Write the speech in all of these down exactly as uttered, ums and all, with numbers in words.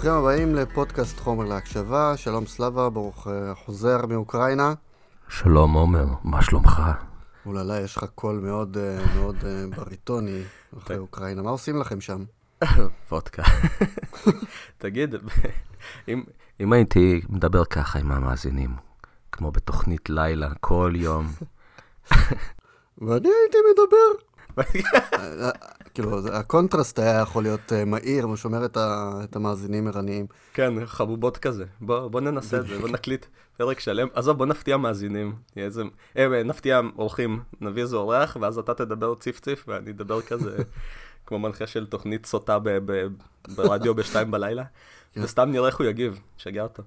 ברוכים הבאים לפודקאסט חומר להקשבה. שלום סלאבה, ברוך חוזר מאוקראינה. שלום עומר, מה שלומך? אוללה, יש לך קול מאוד מאוד בריטוני אחרי אוקראינה. מה עושים לכם שם? וודקה. תגיד, אם, אם הייתי מדבר ככה עם המאזינים, כמו בתוכנית לילה, כל יום. ואני הייתי מדבר. כאילו, הקונטרסט היה יכול להיות מהיר, הוא שומר את המאזינים ערניים. כן, חבובות כזה. בוא, בוא ננסה את זה, בוא נקליט פרק שלם. עזוב, בוא נפתיע מאזינים. נפתיע אורחים, נביא איזה אורח, ואז אתה תדבר ציף ציף, ואני אדבר כזה, כמו מנחה של תוכנית סוטה ברדיו בשתיים בלילה. וסתם נראה איך הוא יגיב, שגע אותו.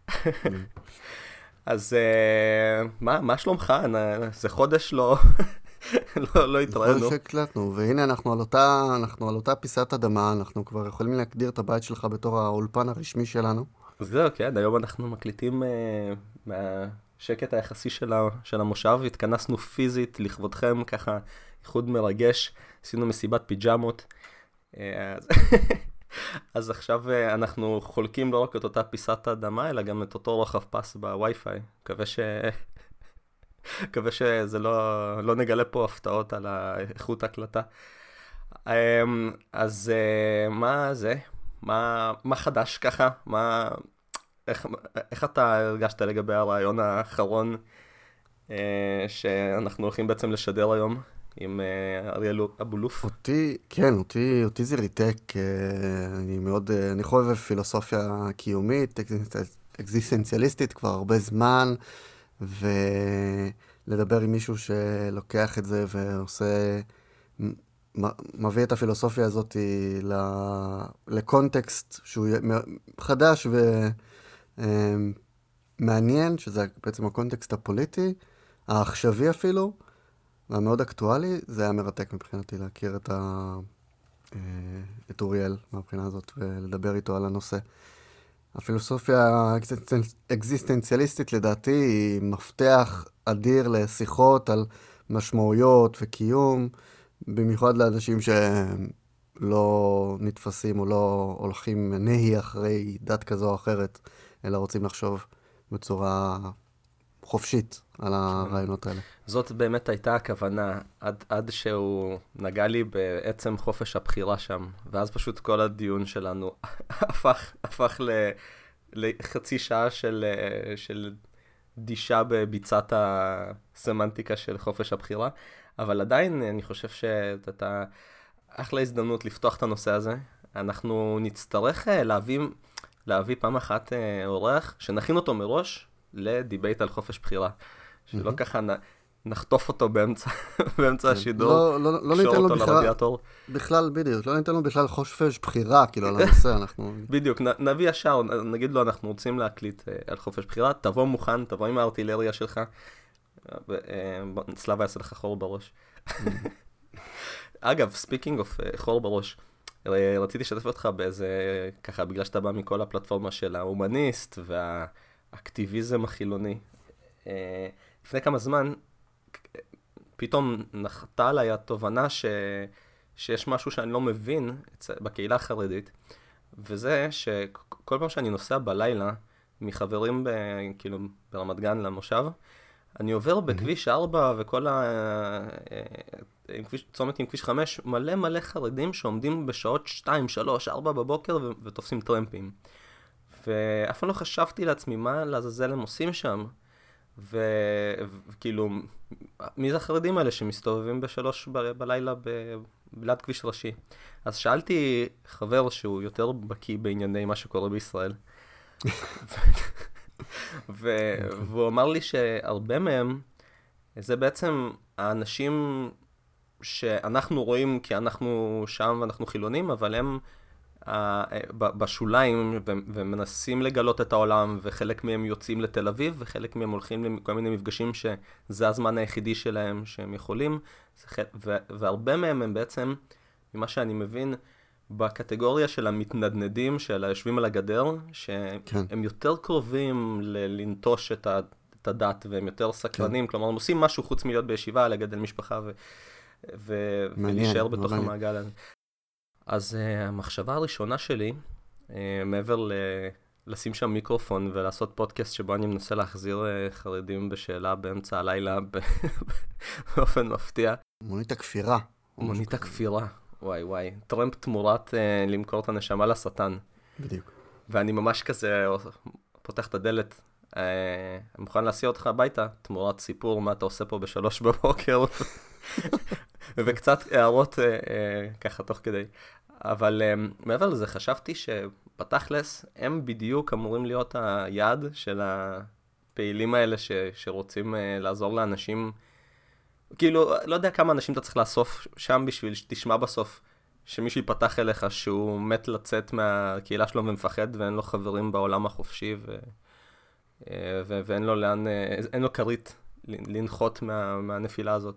אז מה, מה שלומך? זה חודש לא... לא, לא התראינו. חודש הקלטנו, והנה אנחנו על אותה, אנחנו על אותה פיסת אדמה, אנחנו כבר יכולים להגדיר את הבית שלך בתור האולפן הרשמי שלנו. זהו, כן, היום אנחנו מקליטים uh, מהשקט היחסי של, ה, של המושב, התכנסנו פיזית לכבודכם, ככה איחוד מרגש, עשינו מסיבת פיג'מות. Uh, אז, אז עכשיו uh, אנחנו חולקים לא רק את אותה פיסת אדמה, אלא גם את אותו רוחב פס בווי-פיי. מקווה ש... מקווה שזה לא, לא נגלה פה הפתעות על האיכות ההקלטה. אז מה זה? מה, מה חדש ככה? מה, איך, איך אתה הרגשת לגבי הרעיון האחרון שאנחנו הולכים בעצם לשדר היום עם אריאל אבולוף? אותי, כן, אותי, אותי זה ריתק. אני מאוד, אני חובב פילוסופיה קיומית, אקזיסטנציאליסטית כבר הרבה זמן, ולדבר עם מישהו שלוקח את זה ועושה, מביא את הפילוסופיה הזאת לקונטקסט שהוא חדש ומעניין, שזה בעצם הקונטקסט הפוליטי, העכשווי אפילו, והמאוד אקטואלי. זה היה מרתק מבחינתי להכיר את, ה... את אוריאל מהבחינה הזאת ולדבר איתו על הנושא. הפילוסופיה האקזיסטנציאליסטית לדעתי היא מפתח אדיר לשיחות על משמעויות וקיום, במיוחד לאנשים שלא נתפסים או לא הולכים נהי אחרי דת כזו או אחרת, אלא רוצים לחשוב בצורה חופשית על הרעיונות האלה. זאת באמת הייתה הכוונה, עד, עד שהוא נגע לי בעצם חופש הבחירה שם, ואז פשוט כל הדיון שלנו הפך, הפך ל, לחצי שעה של, של דישה בביצת הסמנטיקה של חופש הבחירה, אבל עדיין אני חושב שאתה אחלה הזדמנות לפתוח את הנושא הזה. אנחנו נצטרך להביא, להביא פעם אחת אורח, שנכין אותו מראש לדיבייט על חופש בחירה. שלא mm-hmm. ככה נ, נחטוף אותו באמצע, באמצע השידור, לא, לא, לא ניתן לו בכלל, בכלל, בדיוק, לא ניתן לו בכלל חופש בחירה, כאילו, על הנושא, אנחנו... בדיוק, נ, נביא ישר, נגיד לו, אנחנו רוצים להקליט uh, על חופש בחירה, תבוא מוכן, תבוא עם הארטילריה שלך, סלאבה יעשה לך חור בראש. אגב, speaking of uh, חור בראש, רציתי לשתף אותך באיזה, ככה, בגלל שאתה בא מכל הפלטפורמה של ההומניסט והאקטיביזם החילוני. Uh, לפני כמה זמן, פתאום נחתה עליי התובנה ש... שיש משהו שאני לא מבין בקהילה החרדית, וזה שכל פעם שאני נוסע בלילה, מחברים ב... כאילו ברמת גן למושב, אני עובר בכביש ארבע וכל ה... צומת עם כביש חמש, מלא מלא חרדים שעומדים בשעות שתיים, שלוש, ארבע בבוקר ו... ותופסים טרמפים. ואף פעם לא חשבתי לעצמי מה לעזאזל הם עושים שם, וכאילו, מי זה החרדים האלה שמסתובבים בשלוש ב... בלילה ב... בלעד כביש ראשי? אז שאלתי חבר שהוא יותר בקיא בענייני מה שקורה בישראל, ו... והוא אמר לי שהרבה מהם, זה בעצם האנשים שאנחנו רואים כי אנחנו שם ואנחנו חילונים, אבל הם בשוליים ומנסים לגלות את העולם, וחלק מהם יוצאים לתל אביב, וחלק מהם הולכים לכל מיני מפגשים שזה הזמן היחידי שלהם שהם יכולים, והרבה מהם הם בעצם, ממה שאני מבין, בקטגוריה של המתנדנדים, של היושבים על הגדר, שהם יותר קרובים לנטוש את הדת, והם יותר סקרנים, כלומר, הם עושים משהו חוץ מלהיות בישיבה, לגדל משפחה ולהישאר בתוך המעגל הזה. אז uh, המחשבה הראשונה שלי, uh, מעבר ל... לשים שם מיקרופון ולעשות פודקאסט שבו אני מנסה להחזיר חרדים בשאלה באמצע הלילה באופן מפתיע. מונית הכפירה. מונית הכפירה, וואי וואי. טרמפ תמורת אה, למכור את הנשמה לשטן. בדיוק. ואני ממש כזה פותח את הדלת, אה, מוכן להסיע אותך הביתה, תמורת סיפור מה אתה עושה פה בשלוש בבוקר. וקצת הערות אה, אה, ככה תוך כדי. אבל אה, מעבר לזה חשבתי שבתכלס הם בדיוק אמורים להיות היעד של הפעילים האלה ש, שרוצים אה, לעזור לאנשים. כאילו, לא יודע כמה אנשים אתה צריך לאסוף שם בשביל שתשמע בסוף שמישהו יפתח אליך שהוא מת לצאת מהקהילה שלו ומפחד ואין לו חברים בעולם החופשי ו... ו... ואין לו לאן, אין לו כרית לנחות מה... מהנפילה הזאת.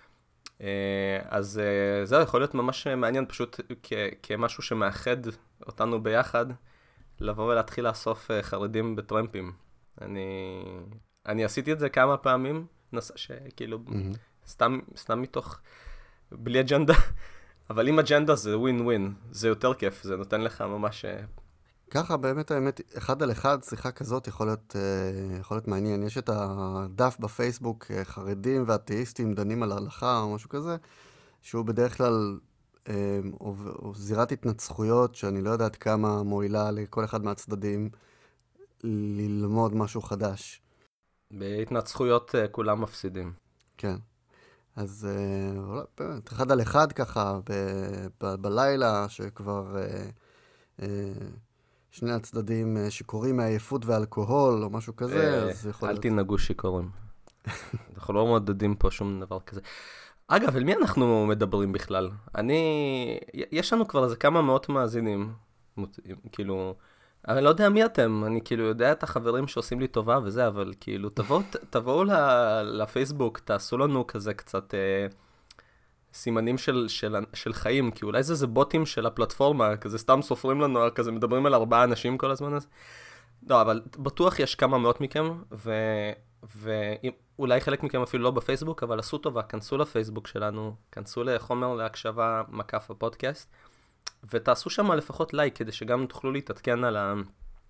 אז זה יכול להיות ממש מעניין פשוט כ... כמשהו שמאחד אותנו ביחד, לבוא ולהתחיל לאסוף חרדים בטרמפים. אני, אני עשיתי את זה כמה פעמים, נס... שכאילו... Mm-hmm. סתם, סתם מתוך, בלי אג'נדה, אבל אם אג'נדה זה ווין ווין, זה יותר כיף, זה נותן לך ממש... ככה באמת האמת, אחד על אחד, שיחה כזאת יכול להיות, יכול להיות מעניין. יש את הדף בפייסבוק, חרדים ואתאיסטים דנים על ההלכה או משהו כזה, שהוא בדרך כלל או, או זירת התנצחויות, שאני לא יודעת כמה מועילה לכל אחד מהצדדים ללמוד משהו חדש. בהתנצחויות כולם מפסידים. כן. אז אולי, באמת, אחד על אחד ככה, ב- ב- בלילה, שכבר אה, אה, שני הצדדים שקוראים מעייפות ואלכוהול, או משהו כזה, אז יכול אל להיות... תנהגו שיכורים. אנחנו לא מעודדים פה שום דבר כזה. אגב, על מי אנחנו מדברים בכלל? אני... יש לנו כבר איזה כמה מאות מאזינים, כאילו... אני לא יודע מי אתם, אני כאילו יודע את החברים שעושים לי טובה וזה, אבל כאילו תבואו, תבואו לפייסבוק, תעשו לנו כזה קצת אה, סימנים של, של, של חיים, כי אולי זה זה בוטים של הפלטפורמה, כזה סתם סופרים לנו, כזה מדברים על ארבעה אנשים כל הזמן הזה. לא, אבל בטוח יש כמה מאות מכם, ו, ואולי חלק מכם אפילו לא בפייסבוק, אבל עשו טובה, כנסו לפייסבוק שלנו, כנסו לחומר להקשבה מקף הפודקאסט, ותעשו שם לפחות לייק, כדי שגם תוכלו להתעדכן על, ה...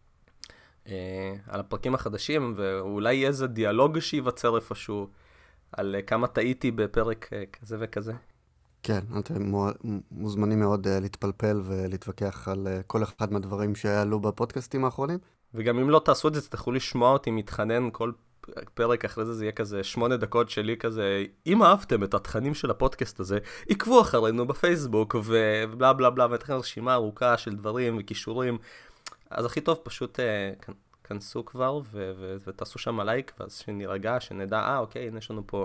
על הפרקים החדשים, ואולי יהיה איזה דיאלוג שיווצר איפשהו, על כמה טעיתי בפרק כזה וכזה. כן, אתם מוזמנים מאוד להתפלפל ולהתווכח על כל אחד מהדברים שעלו בפודקאסטים האחרונים. וגם אם לא תעשו את זה, תצטרכו לשמוע אותי מתחנן כל פרק אחרי זה, זה יהיה כזה שמונה דקות שלי כזה, אם אהבתם את התכנים של הפודקאסט הזה, עקבו אחרינו בפייסבוק ובלה בלה בלה, ותכן רשימה ארוכה של דברים וקישורים. אז הכי טוב פשוט uh, כנסו כבר ו- ו- ותעשו שם לייק, ואז שנרגע, שנדע, אה אוקיי, הנה יש לנו פה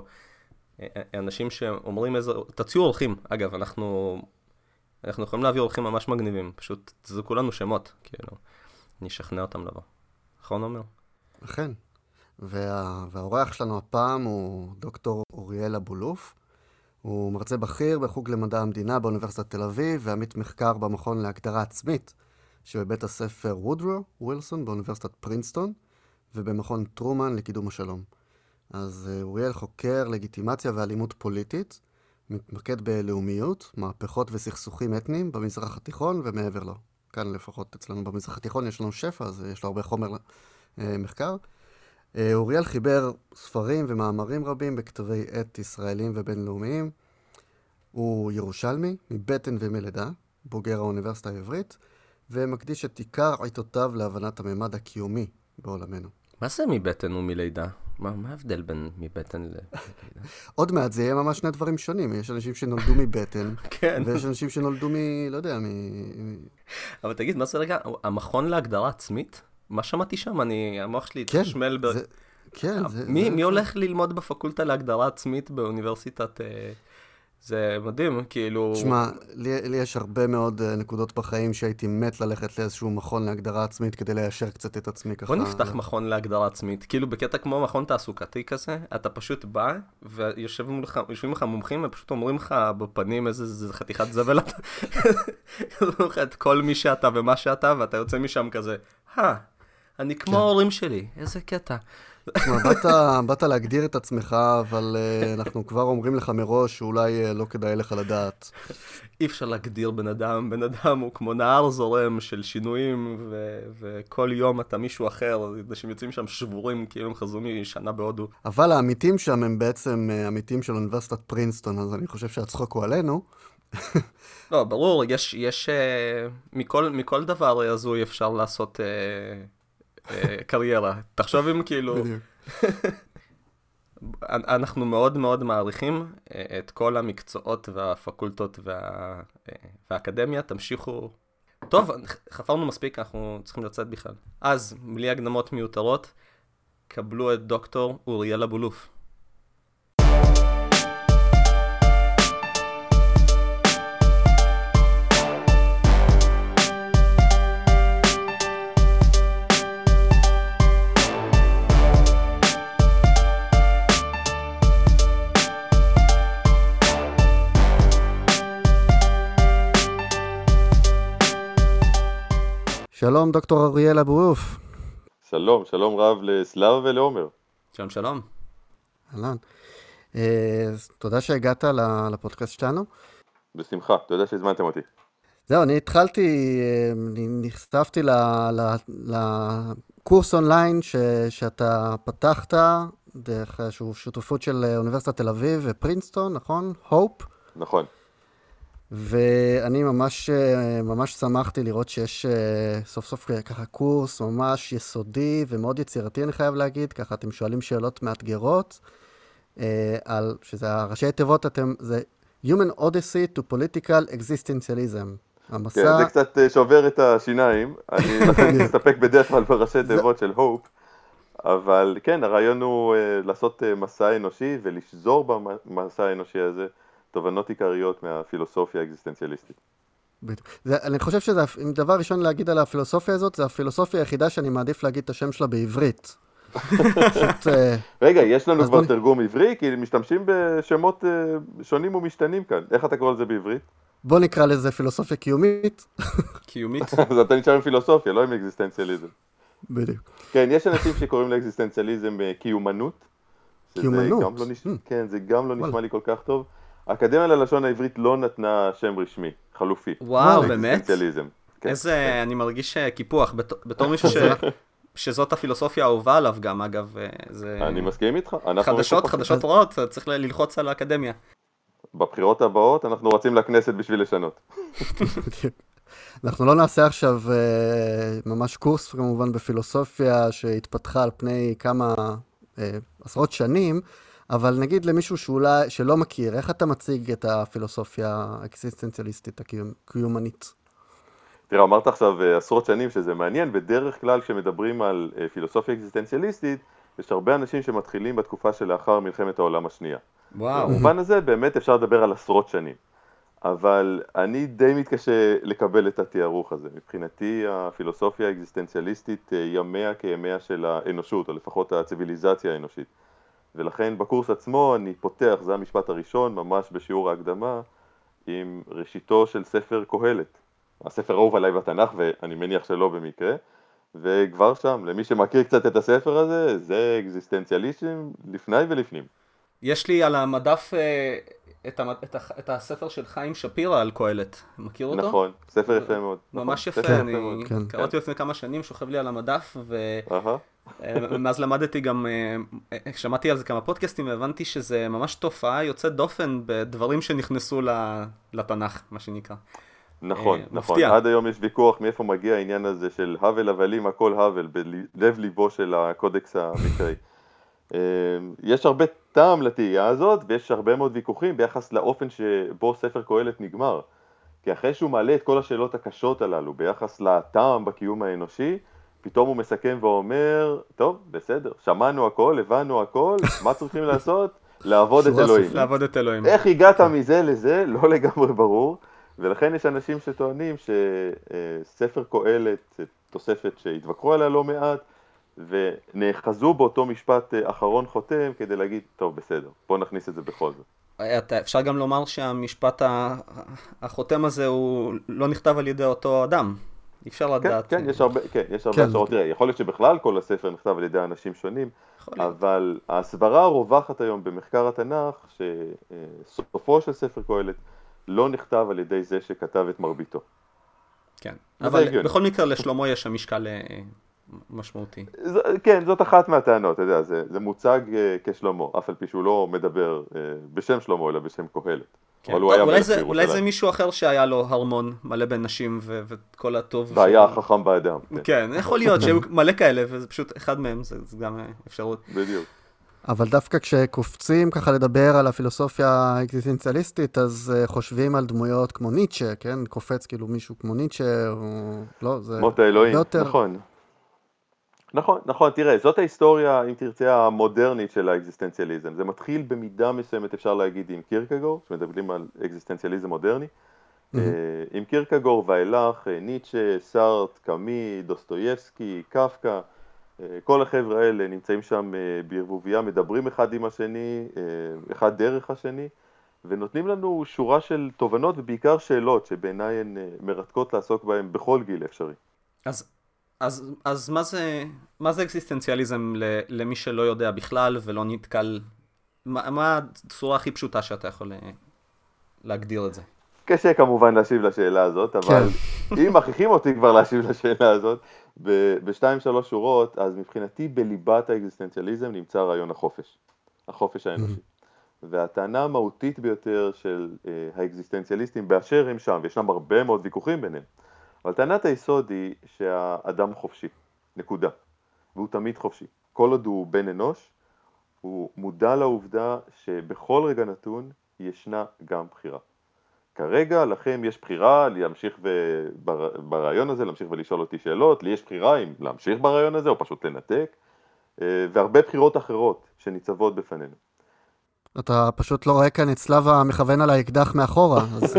אנשים שאומרים איזה, תציעו אורחים, אגב, אנחנו, אנחנו יכולים להביא אורחים ממש מגניבים, פשוט תזכו לנו שמות, כאילו, נשכנע אותם לבוא. נכון אומר? אכן. וה... והאורח שלנו הפעם הוא דוקטור אוריאל אבולוף. הוא מרצה בכיר בחוג למדע המדינה באוניברסיטת תל אביב, ועמית מחקר במכון להגדרה עצמית, שבבית הספר וודרו ווילסון באוניברסיטת פרינסטון, ובמכון טרומן לקידום השלום. אז אוריאל חוקר לגיטימציה ואלימות פוליטית, מתמקד בלאומיות, מהפכות וסכסוכים אתניים במזרח התיכון ומעבר לו. כאן לפחות אצלנו במזרח התיכון יש לנו שפע, אז יש לו הרבה חומר מחקר. אוריאל חיבר ספרים ומאמרים רבים בכתבי עת ישראלים ובינלאומיים. הוא ירושלמי, מבטן ומלידה, בוגר האוניברסיטה העברית, ומקדיש את עיקר עיתותיו להבנת הממד הקיומי בעולמנו. מה זה מבטן ומלידה? מה, מה ההבדל בין מבטן ל... עוד מעט זה יהיה ממש שני דברים שונים. יש אנשים שנולדו מבטן, כן. ויש אנשים שנולדו מ... לא יודע, מ... אבל תגיד, מה זה רגע? המכון להגדרה עצמית? מה שמעתי שם? אני, המוח שלי התחשמל ב... כן, זה... מי, מי הולך ללמוד בפקולטה להגדרה עצמית באוניברסיטת... זה מדהים, כאילו... תשמע, לי, לי יש הרבה מאוד נקודות בחיים שהייתי מת ללכת לאיזשהו מכון להגדרה עצמית כדי ליישר קצת את עצמי ככה. בוא נפתח מכון להגדרה עצמית, כאילו בקטע כמו מכון תעסוקתי כזה, אתה פשוט בא ויושבים לך מומחים ופשוט אומרים לך בפנים איזה חתיכת זבל אתה, אומרים לך את כל מי שאתה ומה שאתה, ואתה יוצא משם כזה, אה, אני כמו ההורים שלי, איזה קטע. תשמע, באת, באת להגדיר את עצמך, אבל uh, אנחנו כבר אומרים לך מראש שאולי uh, לא כדאי לך לדעת. אי אפשר להגדיר בן אדם, בן אדם הוא כמו נהר זורם של שינויים, ו- וכל יום אתה מישהו אחר, אנשים יוצאים שם שבורים כאילו הם חזרו משנה בהודו. אבל העמיתים שם הם בעצם uh, עמיתים של אוניברסיטת פרינסטון, אז אני חושב שהצחוק הוא עלינו. לא, ברור, יש, יש, uh, מכל, מכל דבר הזוי אפשר לעשות uh, uh, קריירה. תחשוב אם כאילו... בדיוק. אנחנו מאוד מאוד מעריכים את כל המקצועות והפקולטות וה... והאקדמיה, תמשיכו. טוב, חפרנו מספיק, אנחנו צריכים לצאת בכלל. אז, בלי הקדמות מיותרות, קבלו את דוקטור אוריאל אבולוף. שלום, דוקטור אוריאל אבולוף. שלום, שלום רב לסלאב ולעומר. שלום, שלום. אהלן. אז תודה שהגעת ל- לפודקאסט שלנו. בשמחה, אתה יודע שהזמנתם אותי. זהו, אני התחלתי, אה, אני נחשפתי ל- ל- לקורס אונליין ש- שאתה פתחת, דרך איזושהי שותפות של אוניברסיטת תל אביב ופרינסטון, נכון? הופ. נכון. ואני ממש, אה, ממש שמחתי לראות שיש אה, סוף סוף ככה קורס ממש יסודי ומאוד יצירתי, אני חייב להגיד. ככה אתם שואלים שאלות מאתגרות, אה, על, שזה הראשי תיבות, אתם, זה Human Odyssey to Political Existentialism. המסע... כן, זה קצת אה, שובר את השיניים, אני לכן מסתפק בדרך כלל בראשי תיבות של הופ, אבל כן, הרעיון הוא אה, לעשות אה, מסע אנושי ולשזור במסע האנושי הזה תובנות עיקריות מהפילוסופיה האקזיסטנציאליסטית. בדיוק. זה, אני חושב שזה, אם דבר ראשון להגיד על הפילוסופיה הזאת, זה הפילוסופיה היחידה שאני מעדיף להגיד את השם שלה בעברית. פשוט, אה, רגע, יש לנו אז כבר בוא- תרגום עברי, כי משתמשים בשמות אה, שונים ומשתנים כאן. איך אתה קורא לזה בעברית? בוא נקרא לזה פילוסופיה קיומית. קיומית. אז אתה נשאר עם פילוסופיה, לא עם אקזיסטנציאליזם. בדיוק. כן, יש אנשים שקוראים לאקזיסטנציאליזם אה, קיומנות. שזה קיומנות? גם לא נש... Hmm. כן, זה גם לא וואלה. נשמע לי כל כך טוב. האקדמיה ללשון העברית לא נתנה שם רשמי, חלופי. וואו, באמת? לאקזיסטנציאליזם. כן. איזה, אני מרגיש אה, קיפוח, בת- בתור מישהו ש... שזאת הפילוסופיה האהובה עליו גם, אגב, אה, זה... אני מסכים איתך. אנחנו חדשות, מקופחים. חדשות רעות, צריך ל- ללחוץ על האקדמיה. בבחירות הבאות אנחנו רצים לכנסת בשביל לשנות. בדיוק. אנחנו לא נעשה עכשיו אה, ממש קורס כמובן בפילוסופיה שהתפתחה על פני כמה אה, עשרות שנים, אבל נגיד למישהו שאולי, שלא מכיר, איך אתה מציג את הפילוסופיה האקזיסטנציאליסטית הקיומנית? תראה, אמרת עכשיו אה, עשרות שנים שזה מעניין, בדרך כלל כשמדברים על אה, פילוסופיה אקזיסטנציאליסטית, יש הרבה אנשים שמתחילים בתקופה שלאחר מלחמת העולם השנייה. וואו. במובן הזה באמת אפשר לדבר על עשרות שנים. אבל אני די מתקשה לקבל את התיארוך הזה. מבחינתי הפילוסופיה האקזיסטנציאליסטית אה, ימיה כימיה של האנושות, או לפחות הציביליזציה האנושית. ולכן בקורס עצמו אני פותח, זה המשפט הראשון, ממש בשיעור ההקדמה, עם ראשיתו של ספר קהלת. הספר אהוב עליי בתנ"ך, ואני מניח שלא במקרה. וכבר שם, למי שמכיר קצת את הספר הזה, זה אקזיסטנציאליזם לפני ולפנים. יש לי על המדף אה, את, המ... את, ה... את הספר של חיים שפירא על קהלת. מכיר אותו? נכון, ספר יפה מאוד. ממש נכון, יפה, ספר אני מאוד. כן. קראתי לפני כמה שנים, שוכב לי על המדף, אהה. ומאז למדתי גם, אה, שמעתי על זה כמה פודקאסטים, והבנתי שזה ממש תופעה יוצאת דופן בדברים שנכנסו ל- לתנ"ך, מה שנקרא. נכון, אה, נכון. מפתיע. עד היום יש ויכוח מאיפה מגיע העניין הזה של הבל הבלים הכל הבל, בלב ליבו של הקודקס המקראי. אה, יש הרבה טעם לתהייה הזאת, ויש הרבה מאוד ויכוחים ביחס לאופן שבו ספר קהלת נגמר. כי אחרי שהוא מעלה את כל השאלות הקשות הללו ביחס לטעם בקיום האנושי, פתאום הוא מסכם ואומר, טוב, בסדר, שמענו הכל, הבנו הכל, מה צריכים לעשות? לעבוד את שורה אלוהים. סופית. לעבוד את אלוהים. איך הגעת מזה לזה? לא לגמרי ברור, ולכן יש אנשים שטוענים שספר קהלת, תוספת שהתווכחו עליה לא מעט, ונאחזו באותו משפט אחרון חותם כדי להגיד, טוב, בסדר, בוא נכניס את זה בכל זאת. אתה, אפשר גם לומר שהמשפט ה- החותם הזה הוא לא נכתב על ידי אותו אדם. אי אפשר כן, לדעת. כן, יש הרבה, כן, יש הרבה כן. השערות. תראה, יכול להיות שבכלל כל הספר נכתב על ידי אנשים שונים, יכול להיות. אבל הסברה הרווחת היום במחקר התנ"ך, שסופו של ספר קהלת לא נכתב על ידי זה שכתב את מרביתו. כן, וזה אבל הגיוני. בכל מקרה לשלמה יש שם משקל אה, משמעותי. ז- כן, זאת אחת מהטענות, אתה יודע, זה, זה מוצג אה, כשלמה, אף על פי שהוא לא מדבר אה, בשם שלמה, אלא בשם קהלת. כן. אבל הוא טוב, היה אולי מלך זה, אולי זה בירושלים. מישהו אחר שהיה לו הרמון מלא בנשים ו- וכל הטוב. והיה של- חכם באדם. כן, כן, יכול להיות שהיו מלא כאלה, וזה פשוט אחד מהם, זה, זה גם אה, אפשרות. בדיוק. אבל דווקא כשקופצים ככה לדבר על הפילוסופיה האקזיסטנציאליסטית, אז uh, חושבים על דמויות כמו ניטשה, כן? קופץ כאילו מישהו כמו ניטשה, או... לא, זה מות האלוהים, הרבה יותר... נכון. נכון, נכון, תראה, זאת ההיסטוריה, אם תרצה, המודרנית של האקזיסטנציאליזם. זה מתחיל במידה מסוימת, אפשר להגיד, עם קירקגור, שמדברים על אקזיסטנציאליזם מודרני. מהמם. אה, עם קירקגור ואילך, אה, ניטשה, סארט, קאמי, דוסטויבסקי, קפקא, אה, כל החבר'ה האלה נמצאים שם אה, בערבוביה, מדברים אחד עם השני, אה, אחד דרך השני, ונותנים לנו שורה של תובנות ובעיקר שאלות שבעיניי הן אה, מרתקות לעסוק בהן בכל גיל אפשרי. אז, אז, אז מה זה, מה זה אקזיסטנציאליזם ל- למי שלא יודע בכלל ולא נתקל, מה, מה הצורה הכי פשוטה שאתה יכול אה, להגדיר את זה? קשה כמובן להשיב לשאלה הזאת, אבל אם מכריחים אותי כבר להשיב לשאלה הזאת, ב- בשתיים שלוש שורות, אז מבחינתי בליבת האקזיסטנציאליזם נמצא רעיון החופש, החופש האנושי. והטענה המהותית ביותר של אה, האקזיסטנציאליסטים באשר הם שם, וישנם הרבה מאוד ויכוחים ביניהם, אבל טענת היסוד היא שהאדם חופשי, נקודה, והוא תמיד חופשי. כל עוד הוא בן אנוש, הוא מודע לעובדה שבכל רגע נתון ישנה גם בחירה. כרגע לכם יש בחירה להמשיך בר... ברעיון הזה, להמשיך ולשאול אותי שאלות, לי יש בחירה אם להמשיך ברעיון הזה או פשוט לנתק, והרבה בחירות אחרות שניצבות בפנינו. אתה פשוט לא רואה כאן את צלב המכוון על האקדח מאחורה, אז...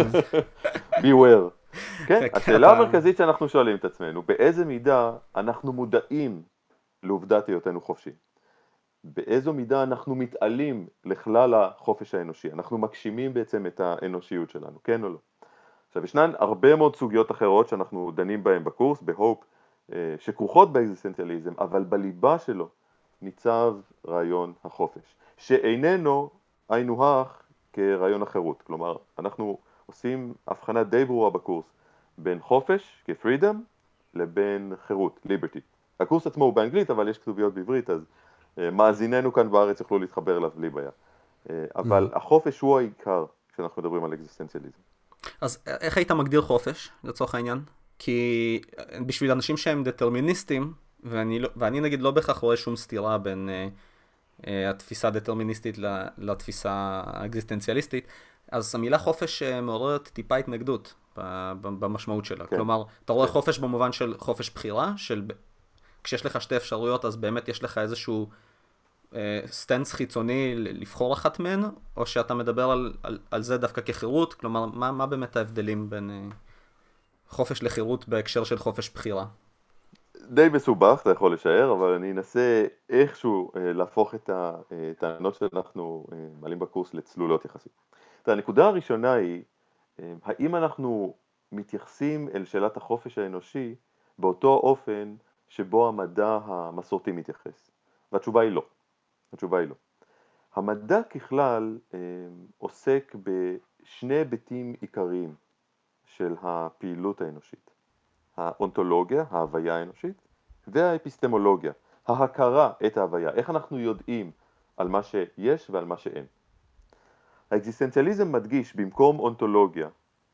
beware. כן, כן, השאלה אתה- המרכזית שאנחנו שואלים את עצמנו, באיזה מידה אנחנו מודעים לעובדת היותנו חופשי? באיזו מידה אנחנו מתעלים לכלל החופש האנושי? אנחנו מגשימים בעצם את האנושיות שלנו, כן או לא? עכשיו, ישנן הרבה מאוד סוגיות אחרות שאנחנו דנים בהן בקורס, בהופ, שכרוכות באקזיסטנציאליזם, אבל בליבה שלו ניצב רעיון החופש, שאיננו היינו הך כרעיון החירות. כלומר, אנחנו עושים הבחנה די ברורה בקורס בין חופש כפרידום לבין חירות, ליברטי. הקורס עצמו הוא באנגלית, אבל יש כתוביות בעברית, אז מאזיננו כאן בארץ יוכלו להתחבר אליו בלי בעיה. אבל החופש הוא העיקר כשאנחנו מדברים על אקזיסטנציאליזם. אז איך היית מגדיר חופש, לצורך העניין? כי בשביל אנשים שהם דטרמיניסטים, ואני, לא, ואני נגיד לא בהכרח רואה שום סתירה בין אה, אה, התפיסה הדטרמיניסטית לתפיסה האקזיסטנציאליסטית, אז המילה חופש מעוררת טיפה התנגדות במשמעות שלה. כן. כלומר, אתה רואה כן. חופש במובן של חופש בחירה, של כשיש לך שתי אפשרויות, אז באמת יש לך איזשהו סטנס חיצוני לבחור אחת מהן, או שאתה מדבר על, על, על זה דווקא כחירות? כלומר, מה, מה באמת ההבדלים בין אה, חופש לחירות בהקשר של חופש בחירה? די מסובך, אתה יכול לשער, אבל אני אנסה איכשהו אה, להפוך את הטענות שאנחנו אה, מעלים בקורס לצלולות יחסית. הנקודה הראשונה היא, אה, האם אנחנו מתייחסים אל שאלת החופש האנושי באותו אופן שבו המדע המסורתי מתייחס? והתשובה היא לא. התשובה היא לא. המדע ככלל אה, עוסק בשני היבטים עיקריים של הפעילות האנושית. האונתולוגיה, ההוויה האנושית, והאפיסטמולוגיה, ההכרה את ההוויה, איך אנחנו יודעים על מה שיש ועל מה שאין. האקזיסטנציאליזם מדגיש במקום אונתולוגיה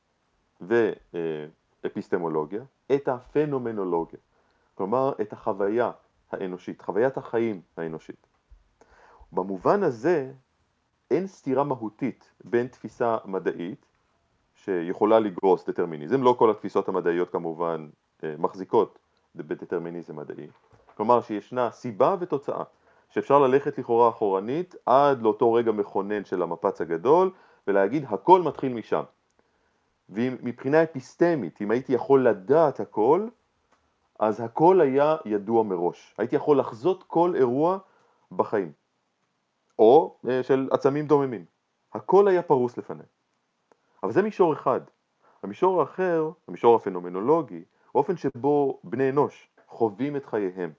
ואפיסטמולוגיה את הפנומנולוגיה, כלומר את החוויה האנושית, חוויית החיים האנושית. במובן הזה אין סתירה מהותית בין תפיסה מדעית שיכולה לגרוס דטרמיניזם, לא כל התפיסות המדעיות כמובן מחזיקות בדטרמיניזם מדעי, כלומר שישנה סיבה ותוצאה, שאפשר ללכת לכאורה אחורנית עד לאותו רגע מכונן של המפץ הגדול, ולהגיד הכל מתחיל משם. ומבחינה אפיסטמית, אם הייתי יכול לדעת הכל, אז הכל היה ידוע מראש. הייתי יכול לחזות כל אירוע בחיים, או של עצמים דוממים. הכל היה פרוס לפני. אבל זה מישור אחד. המישור האחר, המישור הפנומנולוגי, באופן שבו בני אנוש חווים את חייהם.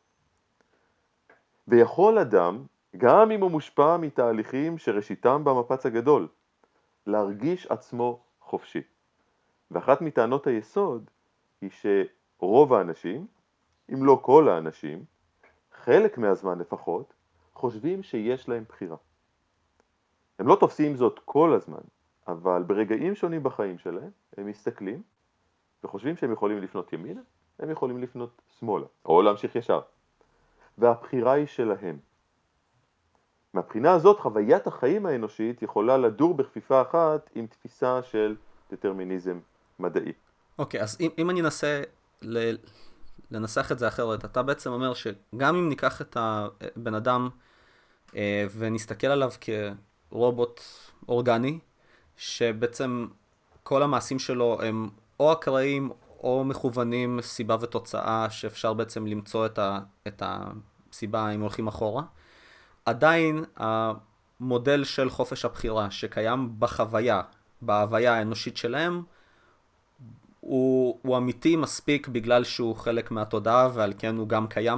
ויכול אדם, גם אם הוא מושפע מתהליכים שראשיתם במפץ הגדול, להרגיש עצמו חופשי. ואחת מטענות היסוד היא שרוב האנשים, אם לא כל האנשים, חלק מהזמן לפחות, חושבים שיש להם בחירה. הם לא תופסים זאת כל הזמן, אבל ברגעים שונים בחיים שלהם, הם מסתכלים וחושבים שהם יכולים לפנות ימינה, הם יכולים לפנות שמאלה, או להמשיך ישר. והבחירה היא שלהם. מהבחינה הזאת, חוויית החיים האנושית יכולה לדור בכפיפה אחת עם תפיסה של דטרמיניזם מדעי. אוקיי, okay, אז אם, אם אני אנסה ל... לנסח את זה אחרת, אתה בעצם אומר שגם אם ניקח את הבן אדם אה, ונסתכל עליו כרובוט אורגני, שבעצם כל המעשים שלו הם או אקראיים או מכוונים סיבה ותוצאה, שאפשר בעצם למצוא את, ה, את הסיבה אם הולכים אחורה, עדיין המודל של חופש הבחירה שקיים בחוויה, בהוויה האנושית שלהם, הוא, הוא אמיתי מספיק בגלל שהוא חלק מהתודעה ועל כן הוא גם קיים?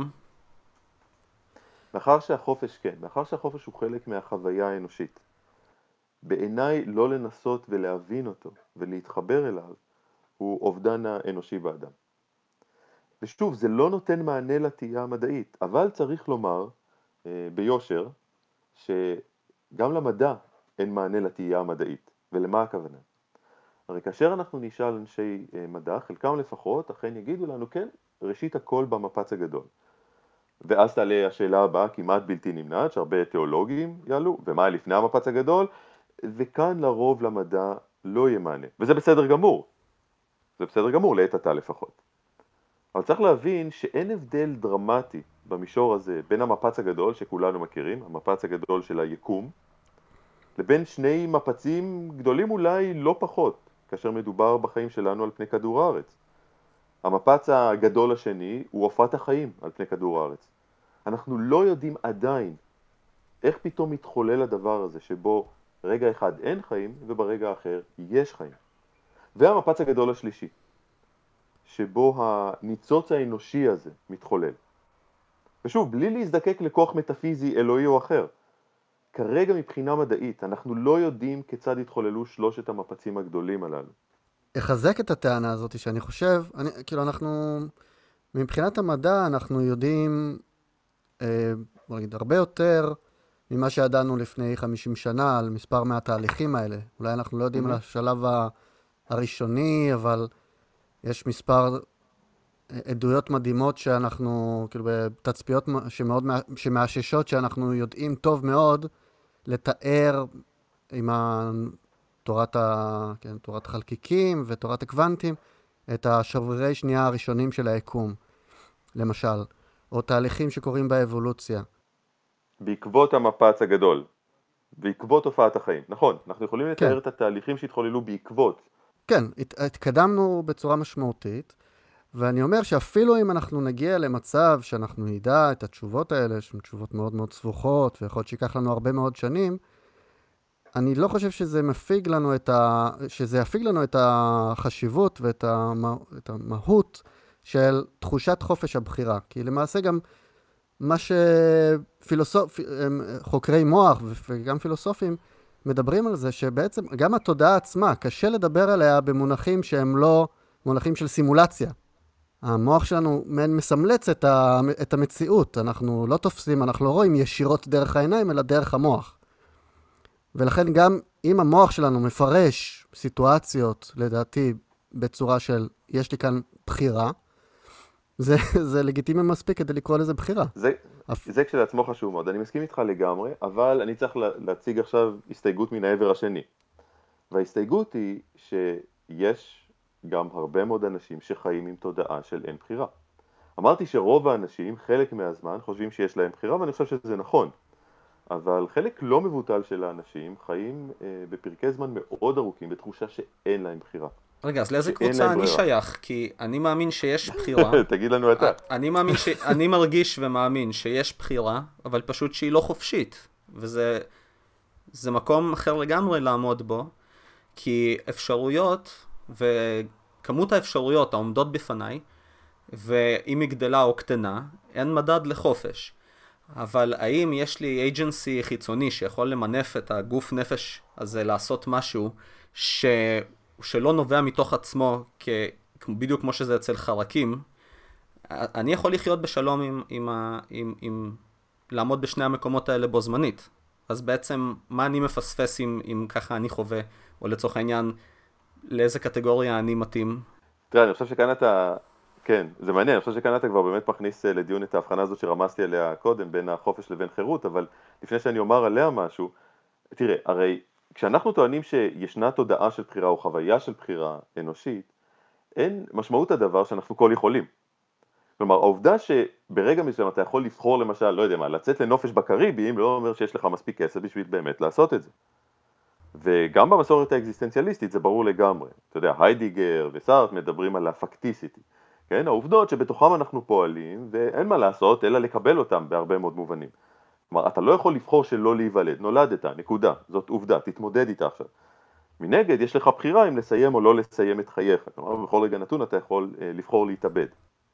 מאחר שהחופש, כן, מאחר שהחופש הוא חלק מהחוויה האנושית, בעיניי לא לנסות ולהבין אותו ולהתחבר אליו, הוא אובדן האנושי באדם. ושוב, זה לא נותן מענה לתהייה המדעית, אבל צריך לומר אה, ביושר שגם למדע אין מענה לתהייה המדעית. ולמה הכוונה? הרי כאשר אנחנו נשאל אנשי אה, מדע, חלקם לפחות, אכן יגידו לנו, כן, ראשית הכל במפץ הגדול. ואז תעלה השאלה הבאה, כמעט בלתי נמנעת, שהרבה תיאולוגים יעלו, ומה לפני המפץ הגדול? וכאן לרוב למדע לא יהיה מענה. וזה בסדר גמור. זה בסדר גמור, לעת עתה לפחות. אבל צריך להבין שאין הבדל דרמטי במישור הזה בין המפץ הגדול שכולנו מכירים, המפץ הגדול של היקום, לבין שני מפצים גדולים אולי לא פחות, כאשר מדובר בחיים שלנו על פני כדור הארץ. המפץ הגדול השני הוא הופעת החיים על פני כדור הארץ. אנחנו לא יודעים עדיין איך פתאום מתחולל הדבר הזה שבו רגע אחד אין חיים וברגע האחר יש חיים. והמפץ הגדול השלישי, שבו הניצוץ האנושי הזה מתחולל. ושוב, בלי להזדקק לכוח מטאפיזי אלוהי או אחר. כרגע מבחינה מדעית אנחנו לא יודעים כיצד התחוללו שלושת המפצים הגדולים הללו. אחזק את הטענה הזאת שאני חושב, אני, כאילו אנחנו, מבחינת המדע אנחנו יודעים, אה, בוא נגיד, הרבה יותר ממה שידענו לפני חמישים שנה על מספר מהתהליכים האלה. אולי אנחנו לא יודעים mm-hmm. על השלב הראשוני, אבל יש מספר עדויות מדהימות שאנחנו, כאילו בתצפיות שמאוד, שמאששות שאנחנו יודעים טוב מאוד לתאר עם תורת, ה, כן, תורת החלקיקים ותורת הקוונטים את השברירי שנייה הראשונים של היקום, למשל, או תהליכים שקורים באבולוציה. בעקבות המפץ הגדול, בעקבות הופעת החיים. נכון, אנחנו יכולים לתאר כן. את התהליכים שהתחוללו בעקבות. כן, הת, התקדמנו בצורה משמעותית, ואני אומר שאפילו אם אנחנו נגיע למצב שאנחנו נדע את התשובות האלה, שהן תשובות מאוד מאוד סבוכות, ויכול להיות שיקח לנו הרבה מאוד שנים, אני לא חושב שזה מפיג לנו את ה... שזה יפיג לנו את החשיבות ואת המה... את המהות של תחושת חופש הבחירה. כי למעשה גם מה שפילוסופ... חוקרי מוח וגם פילוסופים מדברים על זה, שבעצם גם התודעה עצמה, קשה לדבר עליה במונחים שהם לא מונחים של סימולציה. המוח שלנו מסמלץ את, ה... את המציאות. אנחנו לא תופסים, אנחנו לא רואים ישירות דרך העיניים, אלא דרך המוח. ולכן גם אם המוח שלנו מפרש סיטואציות, לדעתי, בצורה של יש לי כאן בחירה, זה, זה לגיטימי מספיק כדי לקרוא לזה בחירה. זה, אפ... זה כשלעצמו חשוב מאוד, אני מסכים איתך לגמרי, אבל אני צריך להציג עכשיו הסתייגות מן העבר השני. וההסתייגות היא שיש גם הרבה מאוד אנשים שחיים עם תודעה של אין בחירה. אמרתי שרוב האנשים, חלק מהזמן, חושבים שיש להם בחירה, ואני חושב שזה נכון. אבל חלק לא מבוטל של האנשים חיים אה, בפרקי זמן מאוד ארוכים בתחושה שאין להם בחירה. רגע, אז לאיזה קבוצה אני שייך? כי אני מאמין שיש בחירה. תגיד לנו אתה. אני מאמין ש... אני מרגיש ומאמין שיש בחירה, אבל פשוט שהיא לא חופשית. וזה זה מקום אחר לגמרי לעמוד בו, כי אפשרויות וכמות האפשרויות העומדות בפניי ואם היא גדלה או קטנה, אין מדד לחופש. אבל האם יש לי agency חיצוני שיכול למנף את הגוף נפש הזה לעשות משהו ש... שלא נובע מתוך עצמו, כ... בדיוק כמו שזה אצל חרקים, אני יכול לחיות בשלום עם, עם, ה... עם, עם... לעמוד בשני המקומות האלה בו זמנית. אז בעצם מה אני מפספס אם, אם ככה אני חווה, או לצורך העניין לאיזה קטגוריה אני מתאים? תראה, אני חושב שכאן אתה, כן, זה מעניין, אני חושב שכאן אתה כבר באמת מכניס לדיון את ההבחנה הזאת שרמזתי עליה קודם, בין החופש לבין חירות, אבל לפני שאני אומר עליה משהו, תראה, הרי כשאנחנו טוענים שישנה תודעה של בחירה או חוויה של בחירה אנושית, אין משמעות הדבר שאנחנו כל יכולים. כלומר, העובדה שברגע מסוים אתה יכול לבחור למשל, לא יודע מה, לצאת לנופש בקריביים, לא אומר שיש לך מספיק כסף בשביל באמת לעשות את זה. וגם במסורת האקזיסטנציאליסטית זה ברור לגמרי. אתה יודע, היידיגר וסארט מדברים על הפקטיסיטי. כן, העובדות שבתוכם אנחנו פועלים, ואין מה לעשות, אלא לקבל אותם בהרבה מאוד מובנים. כלומר, אתה לא יכול לבחור שלא להיוולד, נולדת, נקודה, זאת עובדה, תתמודד איתה עכשיו. מנגד, יש לך בחירה אם לסיים או לא לסיים את חייך. כלומר, בכל רגע נתון אתה יכול אה, לבחור להתאבד.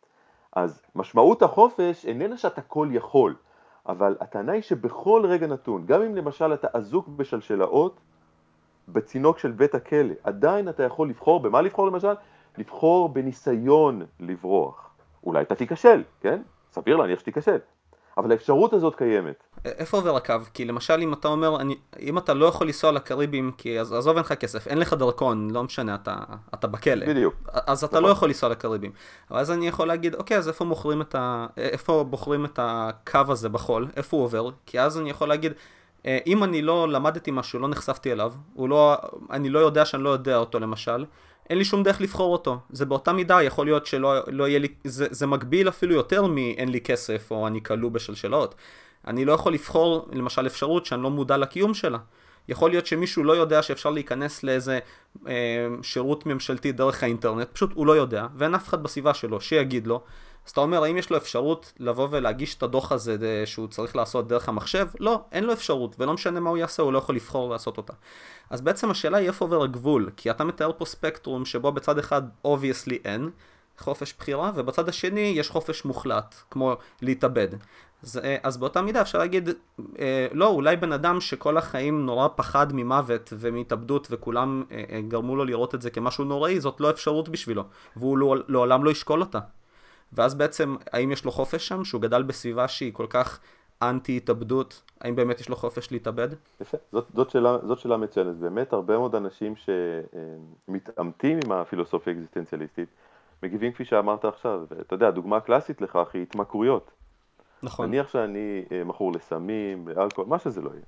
אז משמעות החופש איננה שאתה כל יכול, אבל הטענה היא שבכל רגע נתון, גם אם למשל אתה אזוק בשלשלאות, בצינוק של בית הכלא, עדיין אתה יכול לבחור, במה לבחור למשל? לבחור בניסיון לברוח. אולי אתה תיכשל, כן? סביר להניח שתיכשל. אבל האפשרות הזאת קיימת. איפה עובר הקו? כי למשל אם אתה אומר, אני, אם אתה לא יכול לנסוע לקריבים, כי אז עזוב אין לך כסף, אין לך דרכון, לא משנה, אתה, אתה בכלא. בדיוק. אז אתה נכון. לא יכול לנסוע לקריבים. אבל אז אני יכול להגיד, אוקיי, אז איפה מוכרים את ה, איפה בוחרים את הקו הזה בחול? איפה הוא עובר? כי אז אני יכול להגיד, אם אני לא למדתי משהו, לא נחשפתי אליו, הוא לא, אני לא יודע שאני לא יודע אותו למשל, אין לי שום דרך לבחור אותו. זה באותה מידה, יכול להיות שלא לא יהיה לי, זה, זה מגביל אפילו יותר מאין לי כסף או אני כלוא בשלשלות. אני לא יכול לבחור למשל אפשרות שאני לא מודע לקיום שלה. יכול להיות שמישהו לא יודע שאפשר להיכנס לאיזה אה, שירות ממשלתי דרך האינטרנט, פשוט הוא לא יודע, ואין אף אחד בסביבה שלו שיגיד לו. אז אתה אומר, האם יש לו אפשרות לבוא ולהגיש את הדוח הזה שהוא צריך לעשות דרך המחשב? לא, אין לו אפשרות, ולא משנה מה הוא יעשה, הוא לא יכול לבחור לעשות אותה. אז בעצם השאלה היא איפה עובר הגבול, כי אתה מתאר פה ספקטרום שבו בצד אחד obviously אין חופש בחירה, ובצד השני יש חופש מוחלט, כמו להתאבד. אז, אז באותה מידה אפשר להגיד, אה, לא, אולי בן אדם שכל החיים נורא פחד ממוות ומהתאבדות וכולם אה, גרמו לו לראות את זה כמשהו נוראי, זאת לא אפשרות בשבילו, והוא לא, לעולם לא ישקול אותה. ואז בעצם, האם יש לו חופש שם, שהוא גדל בסביבה שהיא כל כך אנטי התאבדות, האם באמת יש לו חופש להתאבד? יפה, זאת, זאת שאלה, זאת שאלה מצוינת. באמת הרבה מאוד אנשים שמתעמתים עם הפילוסופיה האקזיסטנציאליסטית, מגיבים כפי שאמרת עכשיו, ואתה יודע, הדוגמה הקלאסית לכך היא התמכרויות. נכון. נניח שאני מכור לסמים, לאלכוהול, מה שזה לא יהיה.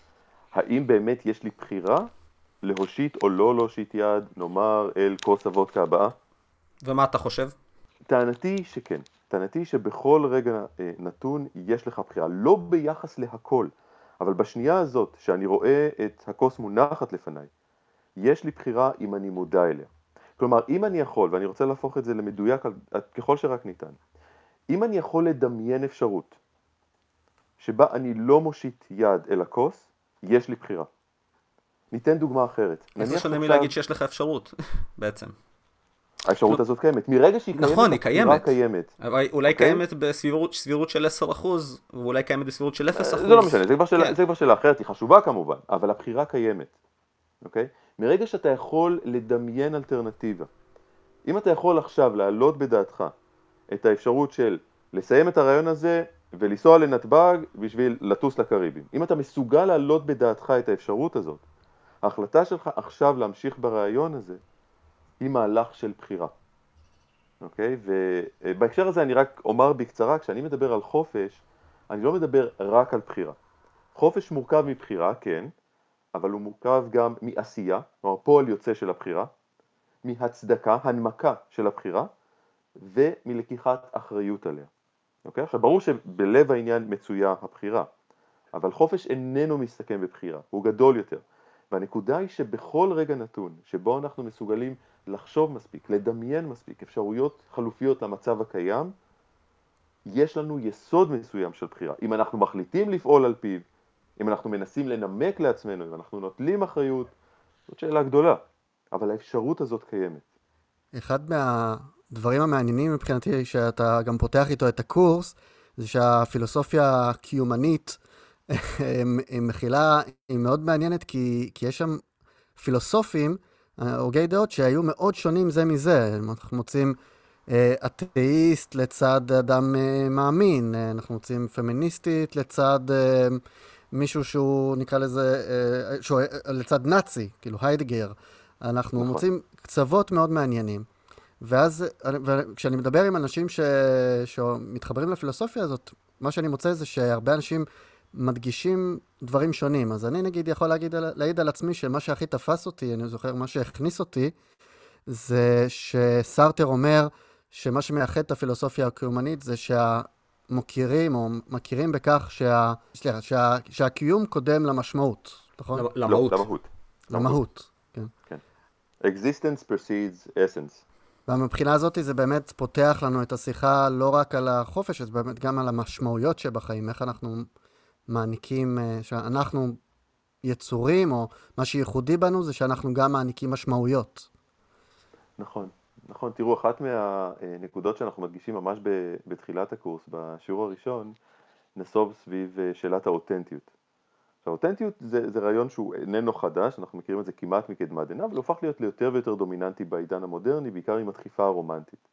האם באמת יש לי בחירה להושיט או לא להושיט יד, נאמר, אל כוס הוודקה הבאה? ומה אתה חושב? טענתי שכן. טענתי שבכל רגע נתון יש לך בחירה, לא ביחס להכל, אבל בשנייה הזאת שאני רואה את הכוס מונחת לפניי, יש לי בחירה אם אני מודע אליה. כלומר, אם אני יכול, ואני רוצה להפוך את זה למדויק ככל שרק ניתן, אם אני יכול לדמיין אפשרות שבה אני לא מושיט יד אל הכוס, יש לי בחירה. ניתן דוגמה אחרת. איך זה שונה מלהגיד שיש לך אפשרות, בעצם? האפשרות הזאת קיימת. מרגע שהיא קיימת, נכון, היא קיימת. קיימת. אבל אולי קיימת בסבירות של עשרה אחוז, ואולי קיימת בסבירות של אפס אחוז. זה לא משנה, זה כבר שאלה אחרת, היא חשובה כמובן, אבל הבחירה קיימת. אוקיי? מרגע שאתה יכול לדמיין אלטרנטיבה, אם אתה יכול עכשיו להעלות בדעתך את האפשרות של לסיים את הרעיון הזה ולנסוע לנתב"ג בשביל לטוס לקריבים, אם אתה מסוגל להעלות בדעתך את האפשרות הזאת, ההחלטה שלך עכשיו להמשיך ברעיון הזה היא מהלך של בחירה. אוקיי? ובהקשר הזה אני רק אומר בקצרה, כשאני מדבר על חופש, אני לא מדבר רק על בחירה. חופש מורכב מבחירה, כן, אבל הוא מורכב גם מעשייה, כלומר פועל יוצא של הבחירה, מהצדקה, הנמקה של הבחירה, ומלקיחת אחריות עליה. אוקיי? עכשיו ברור שבלב העניין מצויה הבחירה, אבל חופש איננו מסתכם בבחירה, הוא גדול יותר. והנקודה היא שבכל רגע נתון, שבו אנחנו מסוגלים לחשוב מספיק, לדמיין מספיק, אפשרויות חלופיות למצב הקיים, יש לנו יסוד מסוים של בחירה. אם אנחנו מחליטים לפעול על פיו, אם אנחנו מנסים לנמק לעצמנו, אם אנחנו נוטלים אחריות, זאת שאלה גדולה, אבל האפשרות הזאת קיימת. אחד מה... הדברים המעניינים מבחינתי, שאתה גם פותח איתו את הקורס, זה שהפילוסופיה הקיומנית היא מכילה, היא מאוד מעניינת, כי, כי יש שם פילוסופים, הוגי דעות, שהיו מאוד שונים זה מזה. אנחנו מוצאים אתאיסט לצד אדם מאמין, אנחנו מוצאים פמיניסטית לצד מישהו שהוא נקרא לזה, שהוא לצד נאצי, כאילו היידגר. אנחנו נכון. מוצאים קצוות מאוד מעניינים. ואז כשאני מדבר עם אנשים ש... שמתחברים לפילוסופיה הזאת, מה שאני מוצא זה שהרבה אנשים מדגישים דברים שונים. אז אני נגיד יכול להגיד, להעיד על עצמי שמה שהכי תפס אותי, אני זוכר מה שהכניס אותי, זה שסארטר אומר שמה שמייחד את הפילוסופיה הקיומנית זה שהמוכירים או מכירים בכך שה... סליחה, שה... שהקיום קודם למשמעות, נכון? למהות. לא, למהות. למהות, כן. כן. Existence precedes essence. ומבחינה הזאת זה באמת פותח לנו את השיחה לא רק על החופש, זה באמת גם על המשמעויות שבחיים, איך אנחנו מעניקים, שאנחנו יצורים, או מה שייחודי בנו זה שאנחנו גם מעניקים משמעויות. נכון, נכון. תראו, אחת מהנקודות שאנחנו מדגישים ממש בתחילת הקורס, בשיעור הראשון, נסוב סביב שאלת האותנטיות. האותנטיות זה, זה רעיון שהוא איננו חדש, אנחנו מכירים את זה כמעט מקדמת דנא, אבל הוא הופך להיות ליותר ויותר דומיננטי בעידן המודרני, בעיקר עם הדחיפה הרומנטית.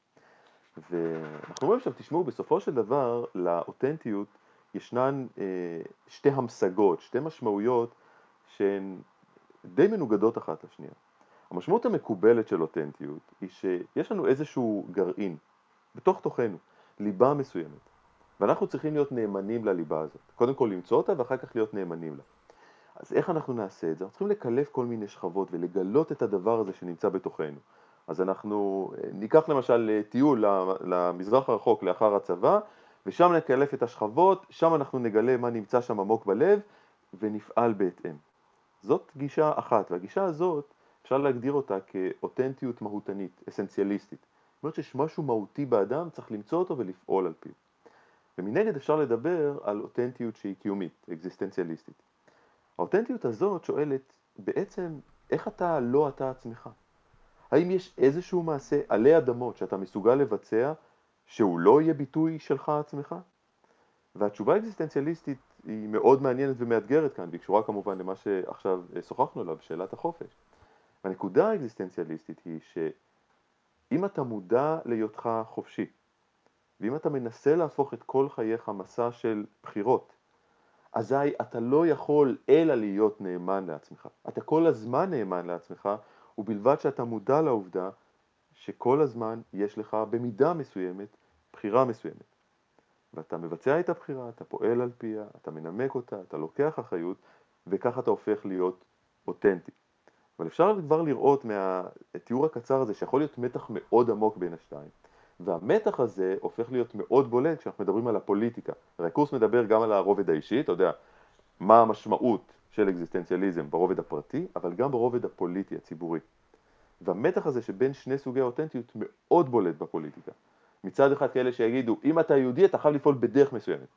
ואנחנו רואים עכשיו, תשמעו, בסופו של דבר, לאותנטיות ישנן אה, שתי המשגות, שתי משמעויות שהן די מנוגדות אחת לשנייה. המשמעות המקובלת של אותנטיות היא שיש לנו איזשהו גרעין, בתוך תוכנו, ליבה מסוימת. ואנחנו צריכים להיות נאמנים לליבה הזאת. קודם כל למצוא אותה ואחר כך להיות נאמנים לה. אז איך אנחנו נעשה את זה? אנחנו צריכים לקלף כל מיני שכבות ולגלות את הדבר הזה שנמצא בתוכנו. אז אנחנו ניקח למשל טיול למזרח הרחוק לאחר הצבא, ושם נקלף את השכבות, שם אנחנו נגלה מה נמצא שם עמוק בלב, ונפעל בהתאם. זאת גישה אחת, והגישה הזאת אפשר להגדיר אותה כאותנטיות מהותנית, אסנציאליסטית. זאת אומרת שיש משהו מהותי באדם, צריך למצוא אותו ולפעול על פיו. ומנגד אפשר לדבר על אותנטיות שהיא קיומית, אקזיסטנציאליסטית. האותנטיות הזאת שואלת בעצם איך אתה לא אתה עצמך. האם יש איזשהו מעשה עלי אדמות שאתה מסוגל לבצע שהוא לא יהיה ביטוי שלך עצמך? והתשובה האקזיסטנציאליסטית היא מאוד מעניינת ומאתגרת כאן, והיא קשורה כמובן למה שעכשיו שוחחנו עליו, שאלת החופש. הנקודה האקזיסטנציאליסטית היא שאם אתה מודע להיותך חופשי, ואם אתה מנסה להפוך את כל חייך מסע של בחירות, אזי אתה לא יכול אלא להיות נאמן לעצמך. אתה כל הזמן נאמן לעצמך, ובלבד שאתה מודע לעובדה שכל הזמן יש לך במידה מסוימת בחירה מסוימת. ואתה מבצע את הבחירה, אתה פועל על פיה, אתה מנמק אותה, אתה לוקח אחריות, וכך אתה הופך להיות אותנטי. אבל אפשר כבר לראות מהתיאור הקצר הזה שיכול להיות מתח מאוד עמוק בין השתיים. והמתח הזה הופך להיות מאוד בולט כשאנחנו מדברים על הפוליטיקה. הרי הקורס מדבר גם על הרובד האישי, אתה יודע, מה המשמעות של אקזיסטנציאליזם ברובד הפרטי, אבל גם ברובד הפוליטי, הציבורי. והמתח הזה שבין שני סוגי האותנטיות מאוד בולט בפוליטיקה. מצד אחד כאלה שיגידו, אם אתה יהודי אתה חייב לפעול בדרך מסוימת.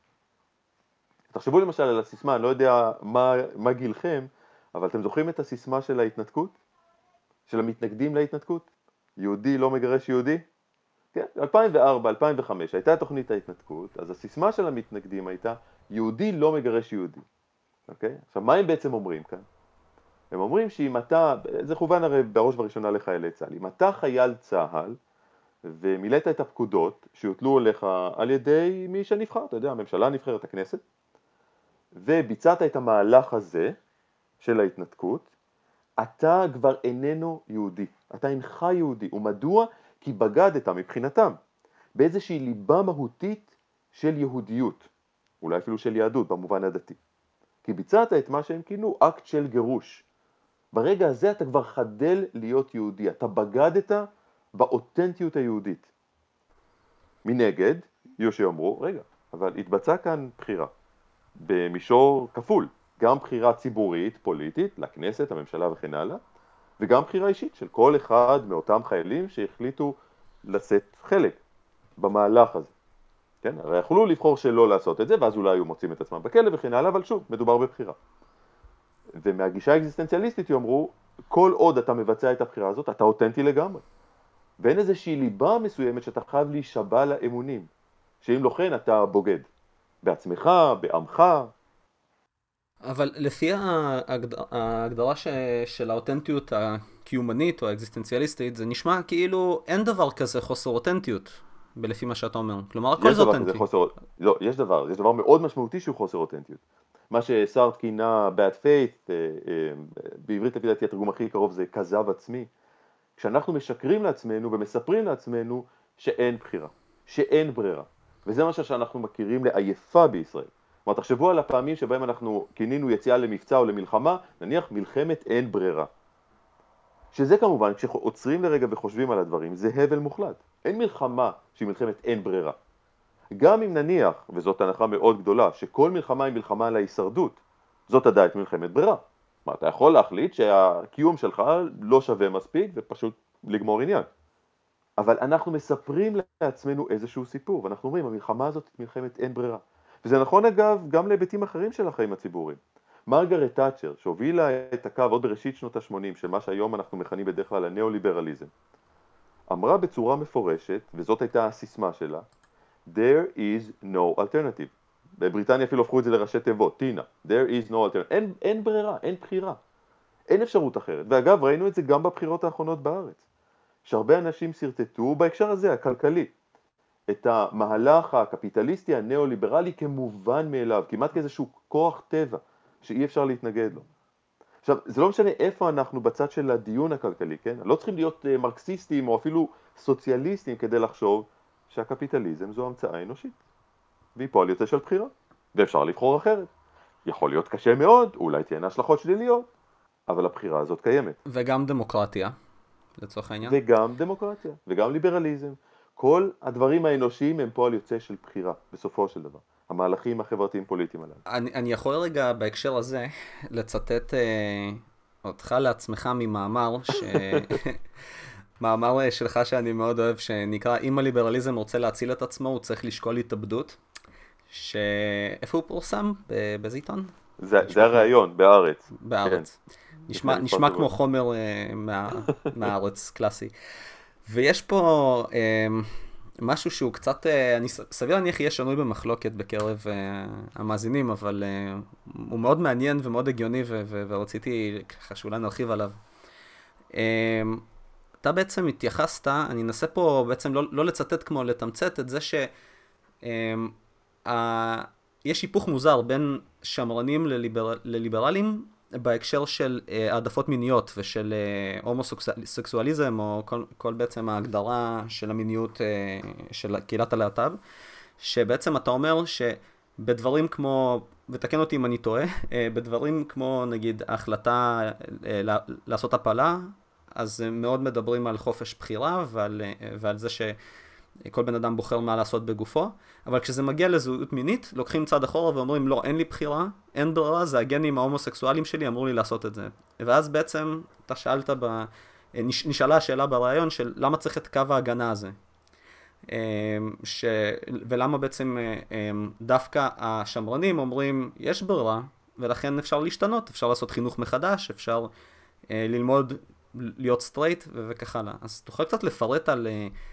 תחשבו למשל על הסיסמה, אני לא יודע מה, מה גילכם, אבל אתם זוכרים את הסיסמה של ההתנתקות? של המתנגדים להתנתקות? יהודי לא מגרש יהודי? כן, אלפיים וארבע, אלפיים וחמש, הייתה תוכנית ההתנתקות, אז הסיסמה של המתנגדים הייתה, יהודי לא מגרש יהודי. אוקיי? עכשיו, מה הם בעצם אומרים כאן? הם אומרים שאם אתה, זה כוון הרי בראש ובראשונה לחיילי צה"ל, אם אתה חייל צה"ל, ומילאת את הפקודות שיוטלו עליך על ידי מי שנבחר, אתה יודע, הממשלה נבחרת, הכנסת, וביצעת את המהלך הזה של ההתנתקות, אתה כבר איננו יהודי, אתה אינך יהודי, ומדוע? כי בגדת מבחינתם באיזושהי ליבה מהותית של יהודיות, אולי אפילו של יהדות במובן הדתי. כי ביצעת את מה שהם כינו אקט של גירוש. ברגע הזה אתה כבר חדל להיות יהודי, אתה בגדת באותנטיות היהודית. מנגד, יהיו שיאמרו, רגע, אבל התבצעה כאן בחירה, במישור כפול, גם בחירה ציבורית, פוליטית, לכנסת, הממשלה וכן הלאה, וגם בחירה אישית של כל אחד מאותם חיילים שהחליטו לשאת חלק במהלך הזה. כן? הרי יכלו לבחור שלא לעשות את זה, ואז אולי היו מוצאים את עצמם בכלא וכן הלאה, אבל שוב, מדובר בבחירה. ומהגישה האקזיסטנציאליסטית יאמרו, כל עוד אתה מבצע את הבחירה הזאת, אתה אותנטי לגמרי. ואין איזושהי ליבה מסוימת שאתה חייב להישבע לאמונים, שאם לא כן אתה בוגד, בעצמך, בעמך. אבל לפי ההגד- ההגדרה ש... של האותנטיות הקיומנית או האקזיסטנציאליסטית, זה נשמע כאילו אין דבר כזה חוסר אותנטיות, לפי מה שאתה אומר. כלומר, הכל יש זה דבר כזה אותנטי. חוסר, לא, יש דבר, יש דבר מאוד משמעותי שהוא חוסר אותנטיות. מה שסארט כינה bad faith, אה, אה, בעברית לפי דעתי התרגום הכי קרוב זה כזב עצמי. כשאנחנו משקרים לעצמנו ומספרים לעצמנו שאין בחירה, שאין ברירה. וזה מה שאנחנו מכירים לעייפה בישראל. כלומר, תחשבו על הפעמים שבהם אנחנו כינינו יציאה למבצע או למלחמה, נניח מלחמת אין ברירה. שזה כמובן, כשעוצרים לרגע וחושבים על הדברים, זה הבל מוחלט. אין מלחמה שהיא מלחמת אין ברירה. גם אם נניח, וזאת הנחה מאוד גדולה, שכל מלחמה היא מלחמה על ההישרדות, זאת עדיין מלחמת ברירה. מה, אתה יכול להחליט שהקיום שלך לא שווה מספיק ופשוט לגמור עניין. אבל אנחנו מספרים לעצמנו איזשהו סיפור, ואנחנו אומרים, המלחמה הזאת היא מלחמת אין ברירה. וזה נכון אגב גם להיבטים אחרים של החיים הציבוריים. מרגרט תאצ'ר, שהובילה את הקו עוד בראשית שנות ה-שמונים, של מה שהיום אנחנו מכנים בדרך כלל הנאו-ליברליזם, אמרה בצורה מפורשת, וזאת הייתה הסיסמה שלה, There is no alternative. בבריטניה אפילו הפכו את זה לראשי תיבות, טינה. There is no alternative. אין, אין ברירה, אין בחירה. אין אפשרות אחרת. ואגב, ראינו את זה גם בבחירות האחרונות בארץ. שהרבה אנשים סרטטו בהקשר הזה, הכלכלי, את המהלך הקפיטליסטי הנאו-ליברלי כמובן מאליו, כמעט כאיזשהו כוח טבע שאי אפשר להתנגד לו. עכשיו, זה לא משנה איפה אנחנו בצד של הדיון הכלכלי, כן? לא צריכים להיות uh, מרקסיסטים או אפילו סוציאליסטים כדי לחשוב שהקפיטליזם זו המצאה אנושית. והיא פועל יוצא של בחירה, ואפשר לבחור אחרת. יכול להיות קשה מאוד, אולי תהיינה השלכות שליליות, אבל הבחירה הזאת קיימת. וגם דמוקרטיה, לצורך העניין. וגם דמוקרטיה, וגם ליברליזם. כל הדברים האנושיים הם פועל יוצא של בחירה, בסופו של דבר. המהלכים החברתיים פוליטיים הללו. אני, אני יכול רגע בהקשר הזה לצטט אה, אותך לעצמך ממאמר, ש... מאמר אה, שלך שאני מאוד אוהב, שנקרא אם הליברליזם רוצה להציל את עצמו, הוא צריך לשקול התאבדות. שאיפה הוא פורסם? באיזה עיתון? זה, זה הרעיון, בארץ. בארץ. כן. נשמע, נשמע כמו חומר uh, מה, מהארץ, קלאסי. ויש פה uh, משהו שהוא קצת, uh, אני סביר להניח יהיה שנוי במחלוקת בקרב uh, המאזינים, אבל uh, הוא מאוד מעניין ומאוד הגיוני, ו- ו- ורציתי ככה שאולי נרחיב עליו. Uh, אתה בעצם התייחסת, אני אנסה פה בעצם לא, לא לצטט כמו לתמצת את זה ש... Uh, ה- יש היפוך מוזר בין שמרנים לליבר... לליברלים, בהקשר של אה, העדפות מיניות ושל אה, הומוסקסואליזם, או כל, כל בעצם ההגדרה של המיניות אה, של קהילת הלהט"ב, שבעצם אתה אומר שבדברים כמו, ותקן אותי אם אני טועה, אה, בדברים כמו נגיד ההחלטה אה, לעשות הפלה, אז מאוד מדברים על חופש בחירה ועל, אה, ועל זה ש... כל בן אדם בוחר מה לעשות בגופו, אבל כשזה מגיע לזהות מינית, לוקחים צד אחורה ואומרים, לא, אין לי בחירה, אין ברירה, זה הגנים ההומוסקסואלים שלי, אמרו לי לעשות את זה. ואז בעצם אתה שאלת, ב... נש... נשאלה השאלה ברעיון של למה צריך את קו ההגנה הזה. ש... ולמה בעצם דווקא השמרנים אומרים, יש ברירה, ולכן אפשר להשתנות, אפשר לעשות חינוך מחדש, אפשר ללמוד להיות סטרייט וכך הלאה. אז תוכל קצת לפרט על...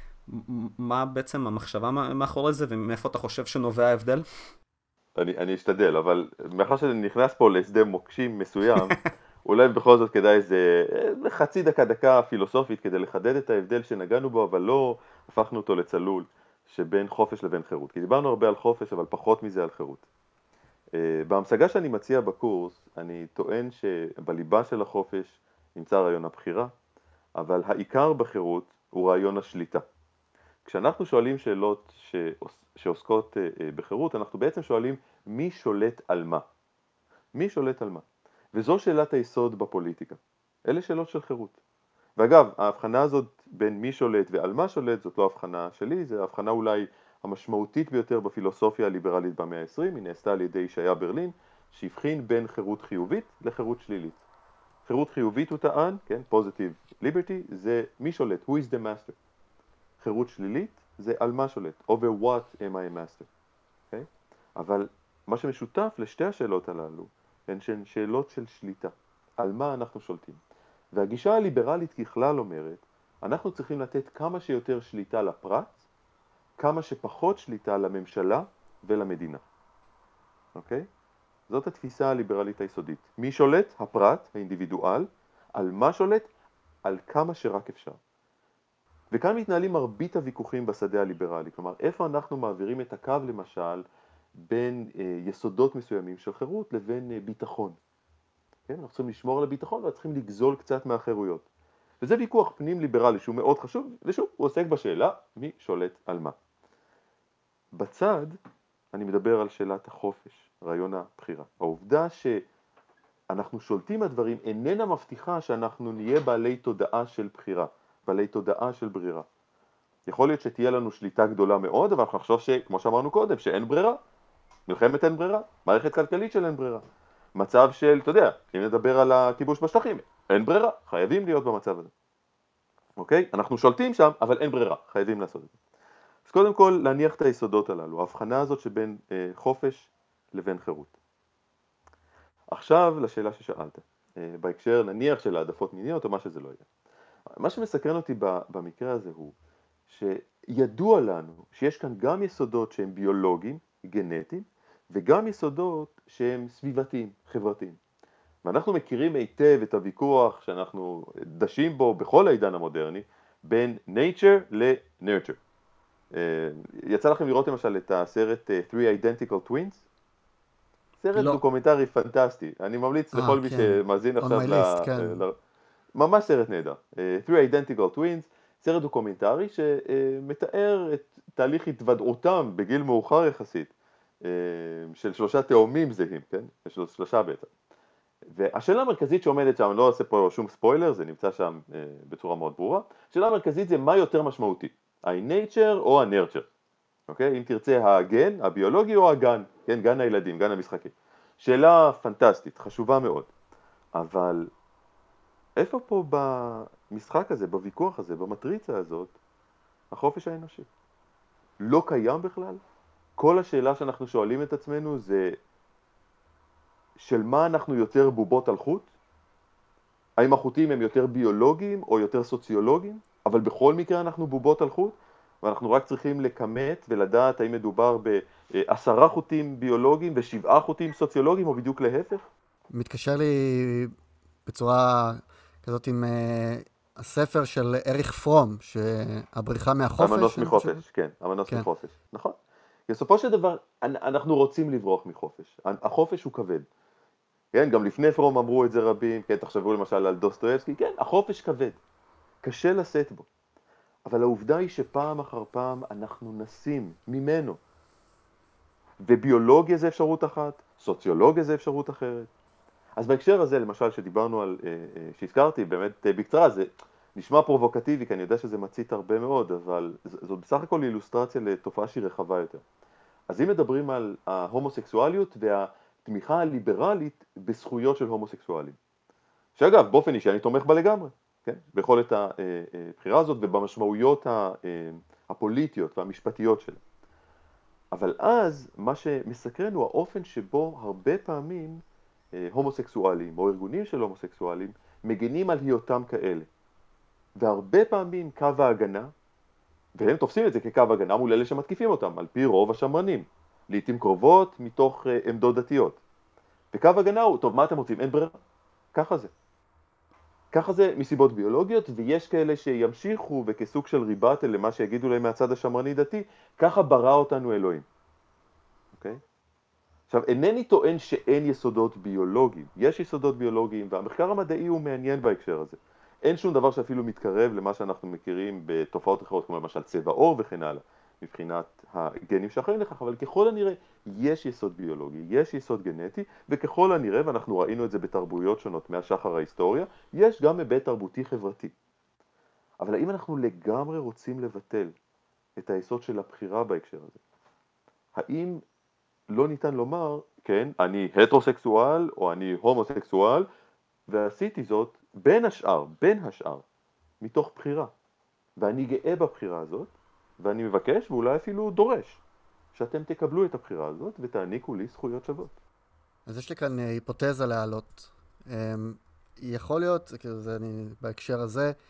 מה בעצם המחשבה מאחורי זה, ומאיפה אתה חושב שנובע ההבדל? אני, אני אשתדל, אבל מאחר שאני נכנס פה לשדה מוקשים מסוים, אולי בכל זאת כדאי איזה חצי דקה, דקה פילוסופית, כדי לחדד את ההבדל שנגענו בו, אבל לא הפכנו אותו לצלול, שבין חופש לבין חירות. כי דיברנו הרבה על חופש, אבל פחות מזה על חירות. בהמשגה שאני מציע בקורס, אני טוען שבליבה של החופש נמצא רעיון הבחירה, אבל העיקר בחירות הוא רעיון השליטה. כשאנחנו שואלים שאלות שעוסקות בחירות, אנחנו בעצם שואלים מי שולט על מה. מי שולט על מה? וזו שאלת היסוד בפוליטיקה. אלה שאלות של חירות. ואגב, ההבחנה הזאת בין מי שולט ועל מה שולט, זאת לא הבחנה שלי, זו ההבחנה אולי המשמעותית ביותר בפילוסופיה הליברלית במאה ה-עשרים, היא נעשתה על ידי ישעיה ברלין, שהבחין בין חירות חיובית לחירות שלילית. חירות חיובית הוא טען, כן, positive liberty, זה מי שולט, who is the master. חירות שלילית זה על מה שולט, over what am I a master. Okay? אבל מה שמשותף לשתי השאלות הללו, הן שאלות של שליטה, על מה אנחנו שולטים. והגישה הליברלית ככלל אומרת אנחנו צריכים לתת כמה שיותר שליטה לפרט, כמה שפחות שליטה לממשלה ולמדינה. אוקיי? זאת התפיסה הליברלית היסודית. מי שולט? הפרט, האינדיבידואל. על מה שולט? על כמה שרק אפשר. וכאן מתנהלים מרבית הוויכוחים בשדה הליברלי. כלומר, איפה אנחנו מעבירים את הקו למשל בין אה, יסודות מסוימים של חירות לבין אה, ביטחון. כן? אנחנו צריכים לשמור על הביטחון וצריכים לגזול קצת מהחירויות. וזה ויכוח פנים ליברלי שהוא מאוד חשוב, ושוב, הוא עוסק בשאלה מי שולט על מה. בצד, אני מדבר על שאלת החופש, רעיון הבחירה. העובדה שאנחנו שולטים הדברים איננה מבטיחה שאנחנו נהיה בעלי תודעה של בחירה, בעלי תודעה של ברירה. יכול להיות שתהיה לנו שליטה גדולה מאוד, אבל אנחנו נחשוב שכמו שאמרנו קודם, שאין ברירה. מלחמת אין ברירה, מערכת כלכלית של אין ברירה. מצב של, אתה יודע, אם נדבר על הכיבוש בשטחים, אין ברירה, חייבים להיות במצב הזה. אוקיי? אנחנו שולטים שם, אבל אין ברירה, חייבים לעשות את זה. אז קודם כל, להניח את היסודות הללו, ההבחנה הזאת שבין אה, חופש לבין חירות. עכשיו לשאלה ששאלת, אה, בהקשר נניח של העדפות מיניות או מה שזה לא יהיה. מה שמסקרן אותי במקרה הזה הוא, שידוע לנו שיש כאן גם יסודות שהם ביולוגיים, גנטיים, וגם יסודות שהם סביבתיים, חברתיים. ואנחנו מכירים היטב את הוויכוח שאנחנו דשים בו בכל העידן המודרני, בין nature ל-nurture. יצא לכם לראות למשל את הסרט Three Identical Twins? סרט לא. דוקומנטרי פנטסטי, אני ממליץ אה, לכל מי כן. שמאזין On עכשיו my ל... list, כן. ל... ממש סרט נהדר. Three Identical Twins, סרט דוקומנטרי שמתאר את תהליך התוודעותם בגיל מאוחר יחסית, של שלושה תאומים זהים, כן? יש לו שלושה בעצם. והשאלה המרכזית שעומדת שם, אני לא עושה פה שום ספוילר, זה נמצא שם בצורה מאוד ברורה, השאלה המרכזית זה מה יותר משמעותי, ה-nature או ה-nurture, אוקיי? אם תרצה הגן, הביולוגי או הגן, כן? גן הילדים, גן המשחקים. שאלה פנטסטית, חשובה מאוד, אבל איפה פה במשחק הזה, בוויכוח הזה, במטריצה הזאת, החופש האנושי? לא קיים בכלל? כל השאלה שאנחנו שואלים את עצמנו זה של מה אנחנו יותר בובות על חוט? האם החוטים הם יותר ביולוגיים או יותר סוציולוגיים? אבל בכל מקרה אנחנו בובות על חוט, ואנחנו רק צריכים לכמת ולדעת האם מדובר בעשרה חוטים ביולוגיים ושבעה חוטים סוציולוגיים, או בדיוק להפך? מתקשר לי בצורה כזאת עם uh, הספר של אריך פרום, שהבריחה מהחופש. המנוס מחופש, כן, המנוס כן. מחופש, נכון. בסופו של דבר, אנחנו רוצים לברוח מחופש. החופש הוא כבד. כן, גם לפני פרום אמרו את זה רבים, כן, תחשבו למשל על דוסטויבסקי, כן, החופש כבד, קשה לשאת בו. אבל העובדה היא שפעם אחר פעם אנחנו נסים ממנו. וביולוגיה זה אפשרות אחת, סוציולוגיה זה אפשרות אחרת. אז בהקשר הזה, למשל, שדיברנו על, שהזכרתי באמת בקצרה, זה נשמע פרובוקטיבי, כי אני יודע שזה מצית הרבה מאוד, אבל זו בסך הכל אילוסטרציה לתופעה שהיא רחבה יותר. אז אם מדברים על ההומוסקסואליות והתמיכה הליברלית בזכויות של הומוסקסואלים, שאגב, באופן אישי אני תומך בה לגמרי, כן? ביכולת הבחירה הזאת ובמשמעויות הפוליטיות והמשפטיות שלה. אבל אז מה שמסקרן הוא האופן שבו הרבה פעמים הומוסקסואלים או ארגונים של הומוסקסואלים מגנים על היותם כאלה. והרבה פעמים קו ההגנה, והם תופסים את זה כקו הגנה מול אלה שמתקיפים אותם, על פי רוב השמרנים, לעתים קרובות מתוך עמדות דתיות. וקו הגנה הוא, טוב, מה אתם רוצים? אין ברירה. ככה זה. ככה זה מסיבות ביולוגיות, ויש כאלה שימשיכו וכסוג של ריבטל למה שיגידו להם מהצד השמרני דתי, ככה ברא אותנו אלוהים. אוקיי? עכשיו, אינני טוען שאין יסודות ביולוגיים. יש יסודות ביולוגיים, והמחקר המדעי הוא מעניין בהקשר הזה. אין שום דבר שאפילו מתקרב למה שאנחנו מכירים בתופעות אחרות, כמו למשל צבע עור וכן הלאה, מבחינת הגנים שאחרים לכך, אבל ככל הנראה יש יסוד ביולוגי, יש יסוד גנטי, וככל הנראה, ואנחנו ראינו את זה בתרבויות שונות מהשחר ההיסטוריה, יש גם היבט תרבותי חברתי. אבל האם אנחנו לגמרי רוצים לבטל את היסוד של הבחירה בהקשר הזה? האם לא ניתן לומר, כן, אני הטרוסקסואל או אני הומוסקסואל, ועשיתי זאת בין השאר, בין השאר, מתוך בחירה. ואני גאה בבחירה הזאת, ואני מבקש ואולי אפילו דורש, שאתם תקבלו את הבחירה הזאת ותעניקו לי זכויות שוות. אז יש לי כאן היפותזה להעלות. יכול להיות, זה אני בהקשר הזה,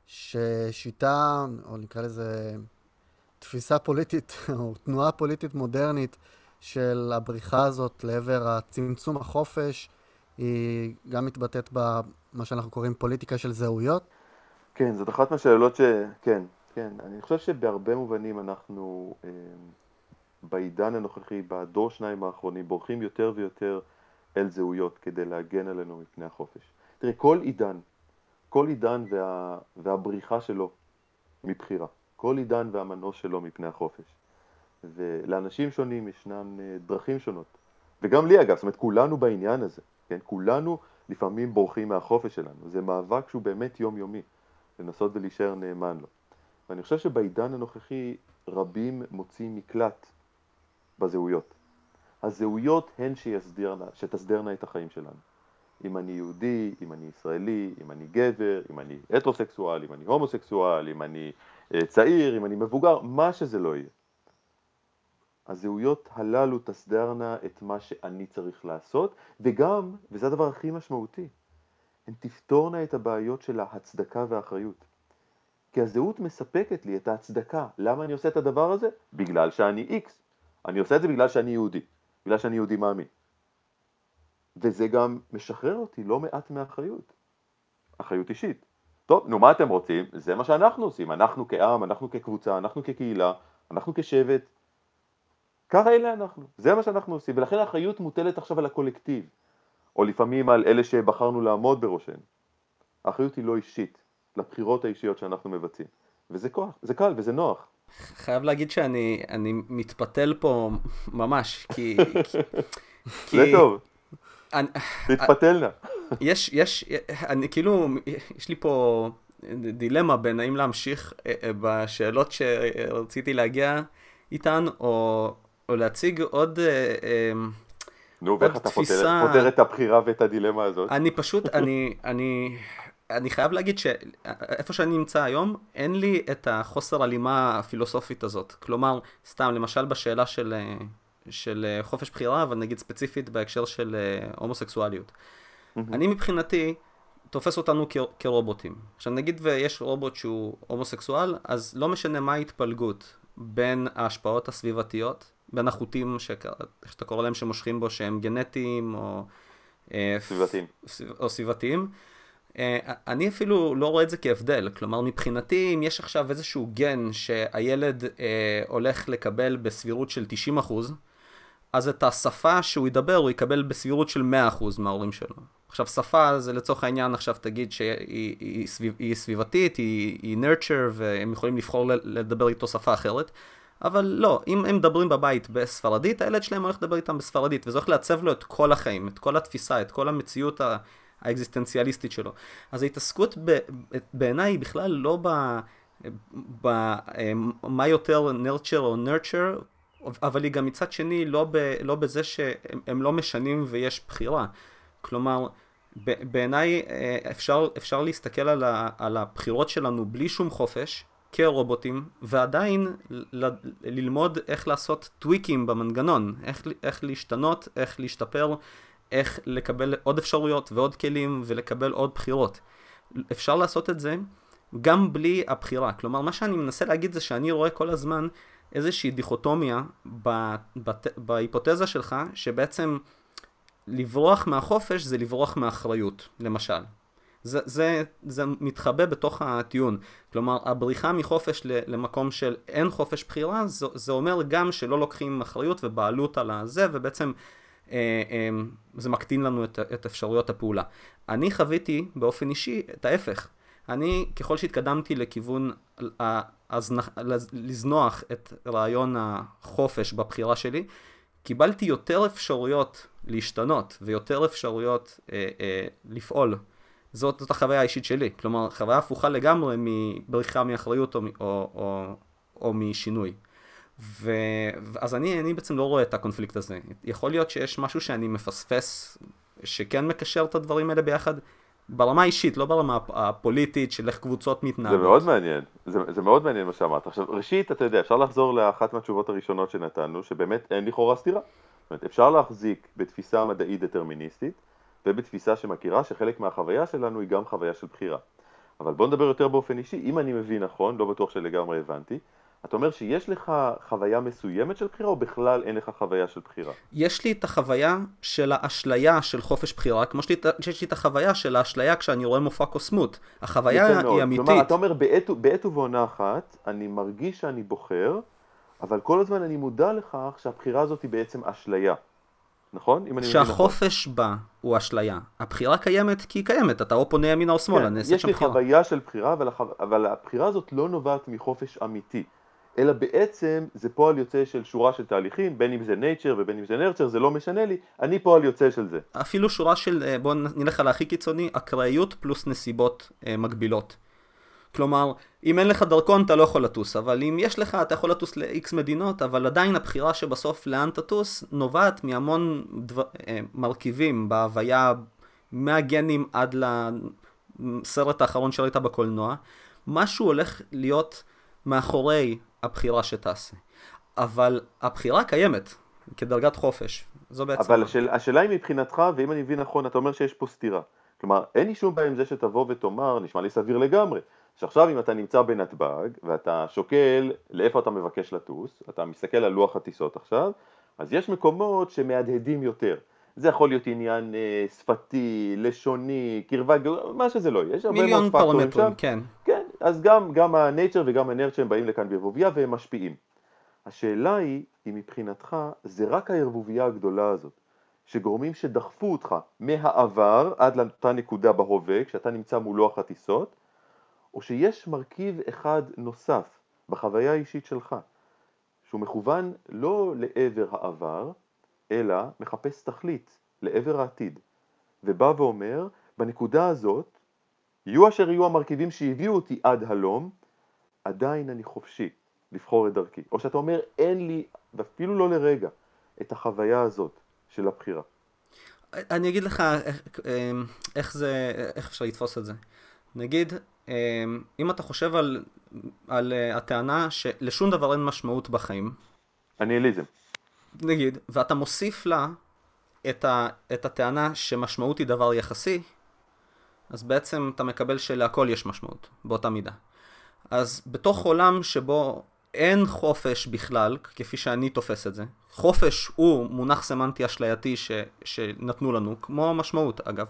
ששיטה, או נקרא לזה תפיסה פוליטית, או תנועה פוליטית מודרנית של הבריחה הזאת לעבר הצמצום החופש, היא גם מתבטאת במה שאנחנו קוראים פוליטיקה של זהויות. כן, זאת אחת מהשאלות ש... כן, כן. אני חושב שבהרבה מובנים אנחנו אה, בעידן הנוכחי, בדור שניים האחרונים, בורחים יותר ויותר אל זהויות כדי להגן עלינו מפני החופש. תראה, כל עידן, כל עידן וה... והבריחה שלו מבחירה, כל עידן והמנוס שלו מפני החופש. ולאנשים שונים ישנן אה, דרכים שונות. וגם לי אגב, זאת אומרת, כולנו בעניין הזה, כן? כולנו לפעמים בורחים מהחופש שלנו. זה מאבק שהוא באמת יומיומי. לנסות ולהישאר נאמן לו. ואני חושב שבעידן הנוכחי רבים מוצאים מקלט בזהויות. הזהויות הן שיסדירנה, שתסדרנה את החיים שלנו. אם אני יהודי, אם אני ישראלי, אם אני גבר, אם אני הטרוסקסואל, אם אני הומוסקסואל, אם אני אה, צעיר, אם אני מבוגר, מה שזה לא יהיה. הזהויות הללו תסדרנה את מה שאני צריך לעשות, וגם, וזה הדבר הכי משמעותי, הן תפתורנה את הבעיות של ההצדקה והאחריות. כי הזהות מספקת לי את ההצדקה. למה אני עושה את הדבר הזה? בגלל שאני איקס. אני עושה את זה בגלל שאני יהודי. בגלל שאני יהודי מאמין. וזה גם משחרר אותי לא מעט מהאחריות. אחריות אישית. טוב, נו מה אתם רוצים? זה מה שאנחנו עושים. אנחנו כעם, אנחנו כקבוצה, אנחנו כקהילה, אנחנו כשבט. ככה אלה אנחנו. זה מה שאנחנו עושים. ולכן האחריות מוטלת עכשיו על הקולקטיב. או לפעמים על אלה שבחרנו לעמוד בראשן. האחריות היא לא אישית, לבחירות האישיות שאנחנו מבצעים. וזה כוח, זה קל וזה נוח. חייב להגיד שאני אני מתפתל פה ממש, כי... כי זה טוב, אני, תתפתלנה. יש, יש, אני כאילו, יש לי פה דילמה בין האם להמשיך בשאלות שרציתי להגיע איתן, או, או להציג עוד... נו, ואיך אתה פותר, פותר את הבחירה ואת הדילמה הזאת? אני פשוט, אני, אני, אני חייב להגיד שאיפה שאני נמצא היום, אין לי את החוסר הלימה הפילוסופית הזאת. כלומר, סתם, למשל בשאלה של, של חופש בחירה, אבל נגיד ספציפית בהקשר של הומוסקסואליות. אני מבחינתי תופס אותנו כ- כרובוטים. עכשיו נגיד ויש רובוט שהוא הומוסקסואל, אז לא משנה מה ההתפלגות בין ההשפעות הסביבתיות, בין החוטים שאתה קורא להם שמושכים בו, שהם גנטיים או סביבתיים. או סביבתיים. אני אפילו לא רואה את זה כהבדל. כלומר, מבחינתי, אם יש עכשיו איזשהו גן שהילד הולך לקבל בסבירות של תשעים אחוז, אז את השפה שהוא ידבר, הוא יקבל בסבירות של מאה אחוז מההורים שלו. עכשיו, שפה זה לצורך העניין, עכשיו תגיד שהיא היא סביב, היא סביבתית, היא, היא nurture, והם יכולים לבחור לדבר איתו שפה אחרת. אבל לא, אם הם מדברים בבית בספרדית, הילד שלהם הולך לדבר איתם בספרדית, וזה הולך לעצב לו את כל החיים, את כל התפיסה, את כל המציאות האקזיסטנציאליסטית שלו. אז ההתעסקות בעיניי היא בכלל לא ב... מה יותר nurture או nurture, אבל היא גם מצד שני לא, ב, לא בזה שהם לא משנים ויש בחירה. כלומר, בעיניי אפשר, אפשר להסתכל על, ה, על הבחירות שלנו בלי שום חופש, כרובוטים, ועדיין ל, ללמוד איך לעשות טוויקים במנגנון, איך, איך להשתנות, איך להשתפר, איך לקבל עוד אפשרויות ועוד כלים ולקבל עוד בחירות. אפשר לעשות את זה גם בלי הבחירה. כלומר, מה שאני מנסה להגיד זה שאני רואה כל הזמן איזושהי דיכוטומיה בהיפותזה שלך, שבעצם לברוח מהחופש זה לברוח מאחריות, למשל. זה, זה, זה מתחבא בתוך הטיעון. כלומר, הבריחה מחופש למקום של אין חופש בחירה, זה, זה אומר גם שלא לוקחים אחריות ובעלות על הזה, ובעצם אה, אה, זה מקטין לנו את, את אפשרויות הפעולה. אני חוויתי באופן אישי את ההפך. אני, ככל שהתקדמתי לכיוון הזנח, לזנוח את רעיון החופש בבחירה שלי, קיבלתי יותר אפשרויות להשתנות ויותר אפשרויות אה, אה, לפעול. זאת, זאת החוויה האישית שלי. כלומר, חוויה הפוכה לגמרי מבריחה מאחריות או, או, או, או משינוי. ו, אז אני, אני בעצם לא רואה את הקונפליקט הזה. יכול להיות שיש משהו שאני מפספס, שכן מקשר את הדברים האלה ביחד, ברמה האישית, לא ברמה הפוליטית של איך קבוצות מתנהגות. זה מאוד מעניין, זה, זה מאוד מעניין מה שאמרת. עכשיו, ראשית, אתה יודע, אפשר לחזור לאחת מהתשובות הראשונות שנתנו, שבאמת אין לכאורה סתירה. זאת אומרת, אפשר להחזיק בתפיסה מדעית דטרמיניסטית, ובתפיסה שמכירה שחלק מהחוויה שלנו היא גם חוויה של בחירה. אבל בוא נדבר יותר באופן אישי, אם אני מבין נכון, לא בטוח שלגמרי הבנתי, אתה אומר שיש לך חוויה מסוימת של בחירה, או בכלל אין לך חוויה של בחירה? יש לי את החוויה של האשליה של חופש בחירה, כמו שיש לי את החוויה של האשליה כשאני רואה מופע קוסמות. החוויה היא אמיתית. כלומר, אתה אומר, בעת, בעת ובעונה אחת, אני מרגיש שאני בוחר, אבל כל הזמן אני מודע לכך שהבחירה הזאת היא בעצם אשליה. נכון? אם אני מבין נכון. שהחופש בה הוא אשליה. הבחירה קיימת כי היא קיימת, אתה או פונה ימינה או שמאלה, כן, נעשית יש לי בחירה. חוויה של בחירה, אבל, החו... אבל הבחירה הזאת לא נובעת מחופש אמיתי, אלא בעצם זה פועל יוצא של שורה של תהליכים, בין אם זה nature ובין אם זה nurture, זה לא משנה לי, אני פועל יוצא של זה. אפילו שורה של, בואו נלך על הכי קיצוני, אקראיות פלוס נסיבות אה, מגבילות. כלומר, אם אין לך דרכון אתה לא יכול לטוס, אבל אם יש לך אתה יכול לטוס ל-X מדינות, אבל עדיין הבחירה שבסוף לאן תטוס נובעת מהמון דבר, אה, מרכיבים בהוויה, מהגנים עד לסרט האחרון שראית בקולנוע. משהו הולך להיות מאחורי הבחירה שתעשה. אבל הבחירה קיימת כדרגת חופש. זו בעצם... אבל השאל, השאלה היא מבחינתך, ואם אני מבין נכון, אתה אומר שיש פה סתירה. כלומר, אין לי שום בעיה עם זה שתבוא ותאמר, נשמע לי סביר לגמרי, שעכשיו אם אתה נמצא בנתב"ג, ואתה שוקל לאיפה אתה מבקש לטוס, אתה מסתכל על לוח הטיסות עכשיו, אז יש מקומות שמהדהדים יותר. זה יכול להיות עניין אה, שפתי, לשוני, קרבה, מה שזה לא יהיה. מיליון פרמטרים, כן. כן, אז גם, גם ה-nature וגם ה-nurture הם באים לכאן בערבוביה והם משפיעים. השאלה היא, אם מבחינתך זה רק הערבוביה הגדולה הזאת, שגורמים שדחפו אותך מהעבר עד לאותה נקודה בהווה, כשאתה נמצא מול לוח הטיסות, או שיש מרכיב אחד נוסף בחוויה האישית שלך, שהוא מכוון לא לעבר העבר, אלא מחפש תכלית לעבר העתיד, ובא ואומר, בנקודה הזאת, יהיו אשר יהיו המרכיבים שהביאו אותי עד הלום, עדיין אני חופשי לבחור את דרכי. או שאתה אומר, אין לי, ואפילו לא לרגע, את החוויה הזאת של הבחירה. אני אגיד לך איך, איך זה, איך אפשר לתפוס את זה. נגיד, אם אתה חושב על, על הטענה שלשום דבר אין משמעות בחיים. הניהיליזם. נגיד, ואתה מוסיף לה את, ה, את הטענה שמשמעות היא דבר יחסי, אז בעצם אתה מקבל שלהכל יש משמעות, באותה מידה. אז בתוך עולם שבו אין חופש בכלל, כפי שאני תופס את זה, חופש הוא מונח סמנטי אשלייתי ש, שנתנו לנו, כמו משמעות אגב,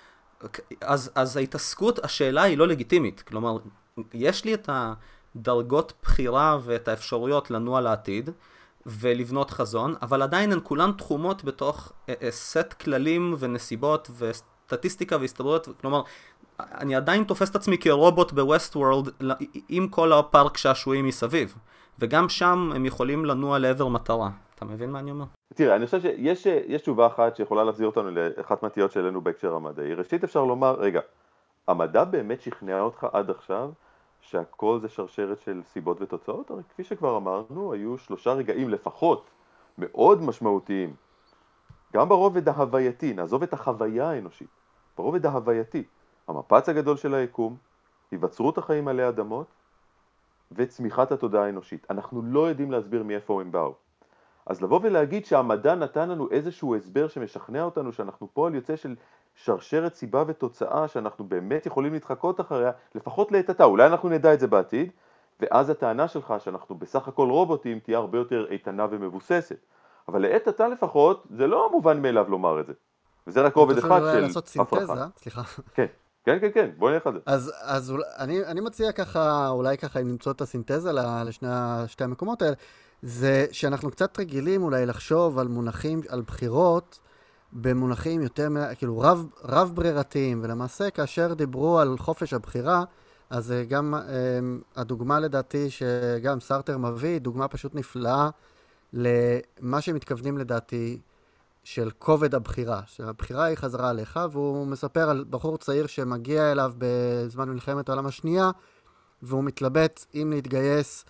אז, אז ההתעסקות, השאלה היא לא לגיטימית, כלומר, יש לי את הדרגות בחירה ואת האפשרויות לנוע לעתיד, ולבנות חזון, אבל עדיין הן כולן תחומות בתוך סט כללים ונסיבות וסטטיסטיקה והסתברויות, כלומר, אני עדיין תופס את עצמי כרובוט בווסט וורלד עם כל הפארק שעשועים מסביב, וגם שם הם יכולים לנוע לעבר מטרה. אתה מבין מה אני אומר? תראה, אני חושב שיש יש תשובה אחת שיכולה להחזיר אותנו לאחת מהתיות שלנו בהקשר המדעי. ראשית אפשר לומר, רגע, המדע באמת שכנע אותך עד עכשיו שהכל זה שרשרת של סיבות ותוצאות? הרי כפי שכבר אמרנו, היו שלושה רגעים לפחות מאוד משמעותיים. גם ברובד ההווייתי, נעזוב את החוויה האנושית, ברובד ההווייתי, המפץ הגדול של היקום, היווצרות החיים עלי אדמות וצמיחת התודעה האנושית. אנחנו לא יודעים להסביר מאיפה הם באו. אז לבוא ולהגיד שהמדע נתן לנו איזשהו הסבר שמשכנע אותנו שאנחנו פה על יוצא של שרשרת סיבה ותוצאה שאנחנו באמת יכולים להתחקות אחריה, לפחות לעת עתה, אולי אנחנו נדע את זה בעתיד, ואז הטענה שלך שאנחנו בסך הכל רובוטים תהיה הרבה יותר איתנה ומבוססת. אבל לעת עתה לפחות, זה לא מובן מאליו לומר את זה. וזה רק רובד אחד של לעשות סינתזה, סליחה. כן, כן, כן, כן, בוא נלך על זה. אז, אז אני, אני מציע ככה, אולי ככה אם נמצוא את הסינתזה לשני שתי המקומות האלה, זה שאנחנו קצת רגילים אולי לחשוב על מונחים, על בחירות, במונחים יותר, כאילו רב, רב ברירתיים, ולמעשה כאשר דיברו על חופש הבחירה, אז גם הדוגמה לדעתי שגם סארטר מביא, דוגמה פשוט נפלאה למה שמתכוונים לדעתי של כובד הבחירה, שהבחירה היא חזרה עליך, והוא מספר על בחור צעיר שמגיע אליו בזמן מלחמת העולם השנייה, והוא מתלבט אם להתגייס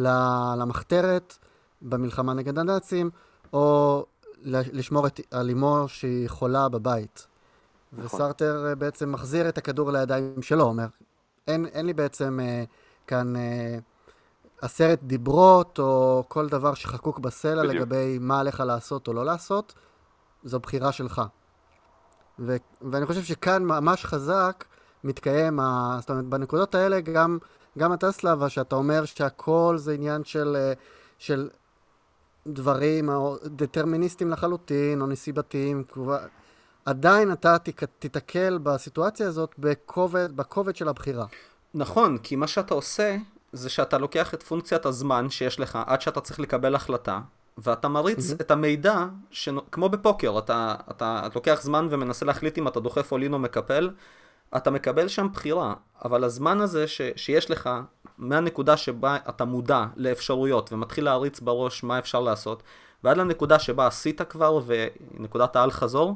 למחתרת במלחמה נגד הנאצים, או לשמור את, על אמו שהיא חולה בבית. נכון. וסארטר בעצם מחזיר את הכדור לידיים שלו, אומר, אין, אין לי בעצם אה, כאן אה, עשרת דיברות, או כל דבר שחקוק בסלע בדיוק. לגבי מה עליך לעשות או לא לעשות, זו בחירה שלך. ו, ואני חושב שכאן ממש חזק, מתקיים, ה... זאת אומרת, בנקודות האלה גם, גם הטסלה, ושאתה אומר שהכל זה עניין של, אה, של דברים או דטרמיניסטים לחלוטין, או נסיבתיים, כבר... עדיין אתה תיק- תיתקל בסיטואציה הזאת בכובד, בכובד של הבחירה. נכון, כי מה שאתה עושה זה שאתה לוקח את פונקציית הזמן שיש לך עד שאתה צריך לקבל החלטה, ואתה מריץ את המידע, שנו, כמו בפוקר, אתה, אתה, אתה לוקח זמן ומנסה להחליט אם אתה דוחף אולין או מקפל, אתה מקבל שם בחירה, אבל הזמן הזה ש, שיש לך, מהנקודה שבה אתה מודע לאפשרויות ומתחיל להריץ בראש מה אפשר לעשות, ועד לנקודה שבה עשית כבר ונקודת העל חזור,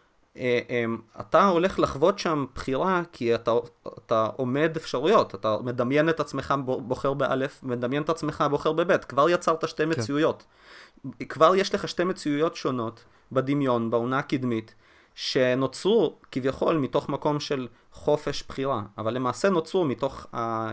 אתה הולך לחוות שם בחירה, כי אתה, אתה עומד אפשרויות, אתה מדמיין את עצמך בוחר באלף, מדמיין את עצמך בוחר בבית, כבר יצרת שתי מציאויות. כבר יש לך שתי מציאויות שונות בדמיון, בעונה הקדמית, שנוצרו כביכול מתוך מקום של חופש בחירה, אבל למעשה נוצרו מתוך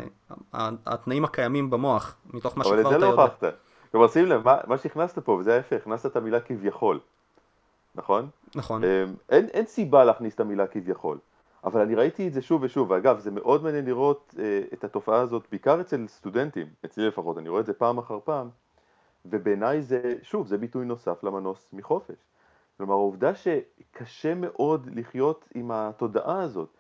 התנאים הקיימים במוח, מתוך מה שכבר אתה יודע. אבל את זה לא הוכחת. כלומר, שים לב, מה, מה שהכנסת פה, וזה ההפך, הכנסת את המילה כביכול. נכון? נכון. אין, אין סיבה להכניס את המילה כביכול, אבל אני ראיתי את זה שוב ושוב, ואגב, זה מאוד מעניין לראות אה, את התופעה הזאת, בעיקר אצל סטודנטים, אצלי לפחות, אני רואה את זה פעם אחר פעם, ובעיניי זה, שוב, זה ביטוי נוסף למנוס מחופש. כלומר, העובדה שקשה מאוד לחיות עם התודעה הזאת,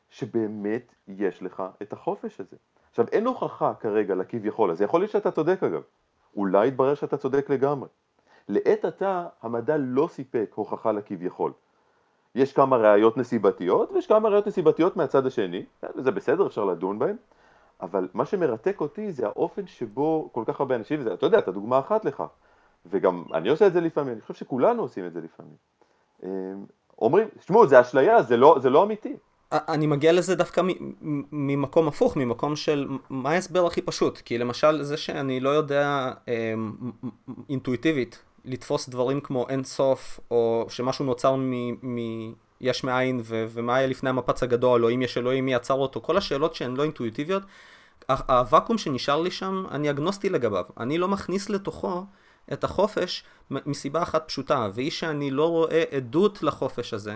שבאמת יש לך את החופש הזה. עכשיו, אין הוכחה כרגע לכביכול, אז יכול להיות שאתה צודק אגב, אולי יתברר שאתה צודק לגמרי. לעת עתה המדע לא סיפק הוכחה לכביכול. יש כמה ראיות נסיבתיות, ויש כמה ראיות נסיבתיות מהצד השני, וזה בסדר, אפשר לדון בהן, אבל מה שמרתק אותי זה האופן שבו כל כך הרבה אנשים, וזה, אתה יודע, אתה דוגמה אחת לך, וגם אני עושה את זה לפעמים, אני חושב שכולנו עושים את זה לפעמים. אומרים, תשמעו, זה אשליה, זה לא, זה לא אמיתי. אני מגיע לזה דווקא ממקום הפוך, ממקום של מה ההסבר הכי פשוט, כי למשל זה שאני לא יודע אינטואיטיבית לתפוס דברים כמו אין סוף, או שמשהו נוצר מיש מאין, ומה היה לפני המפץ הגדול, או אם יש אלוהים, מי יצר אותו, כל השאלות שהן לא אינטואיטיביות, הוואקום שנשאר לי שם, אני אגנוסטי לגביו, אני לא מכניס לתוכו את החופש מסיבה אחת פשוטה, והיא שאני לא רואה עדות לחופש הזה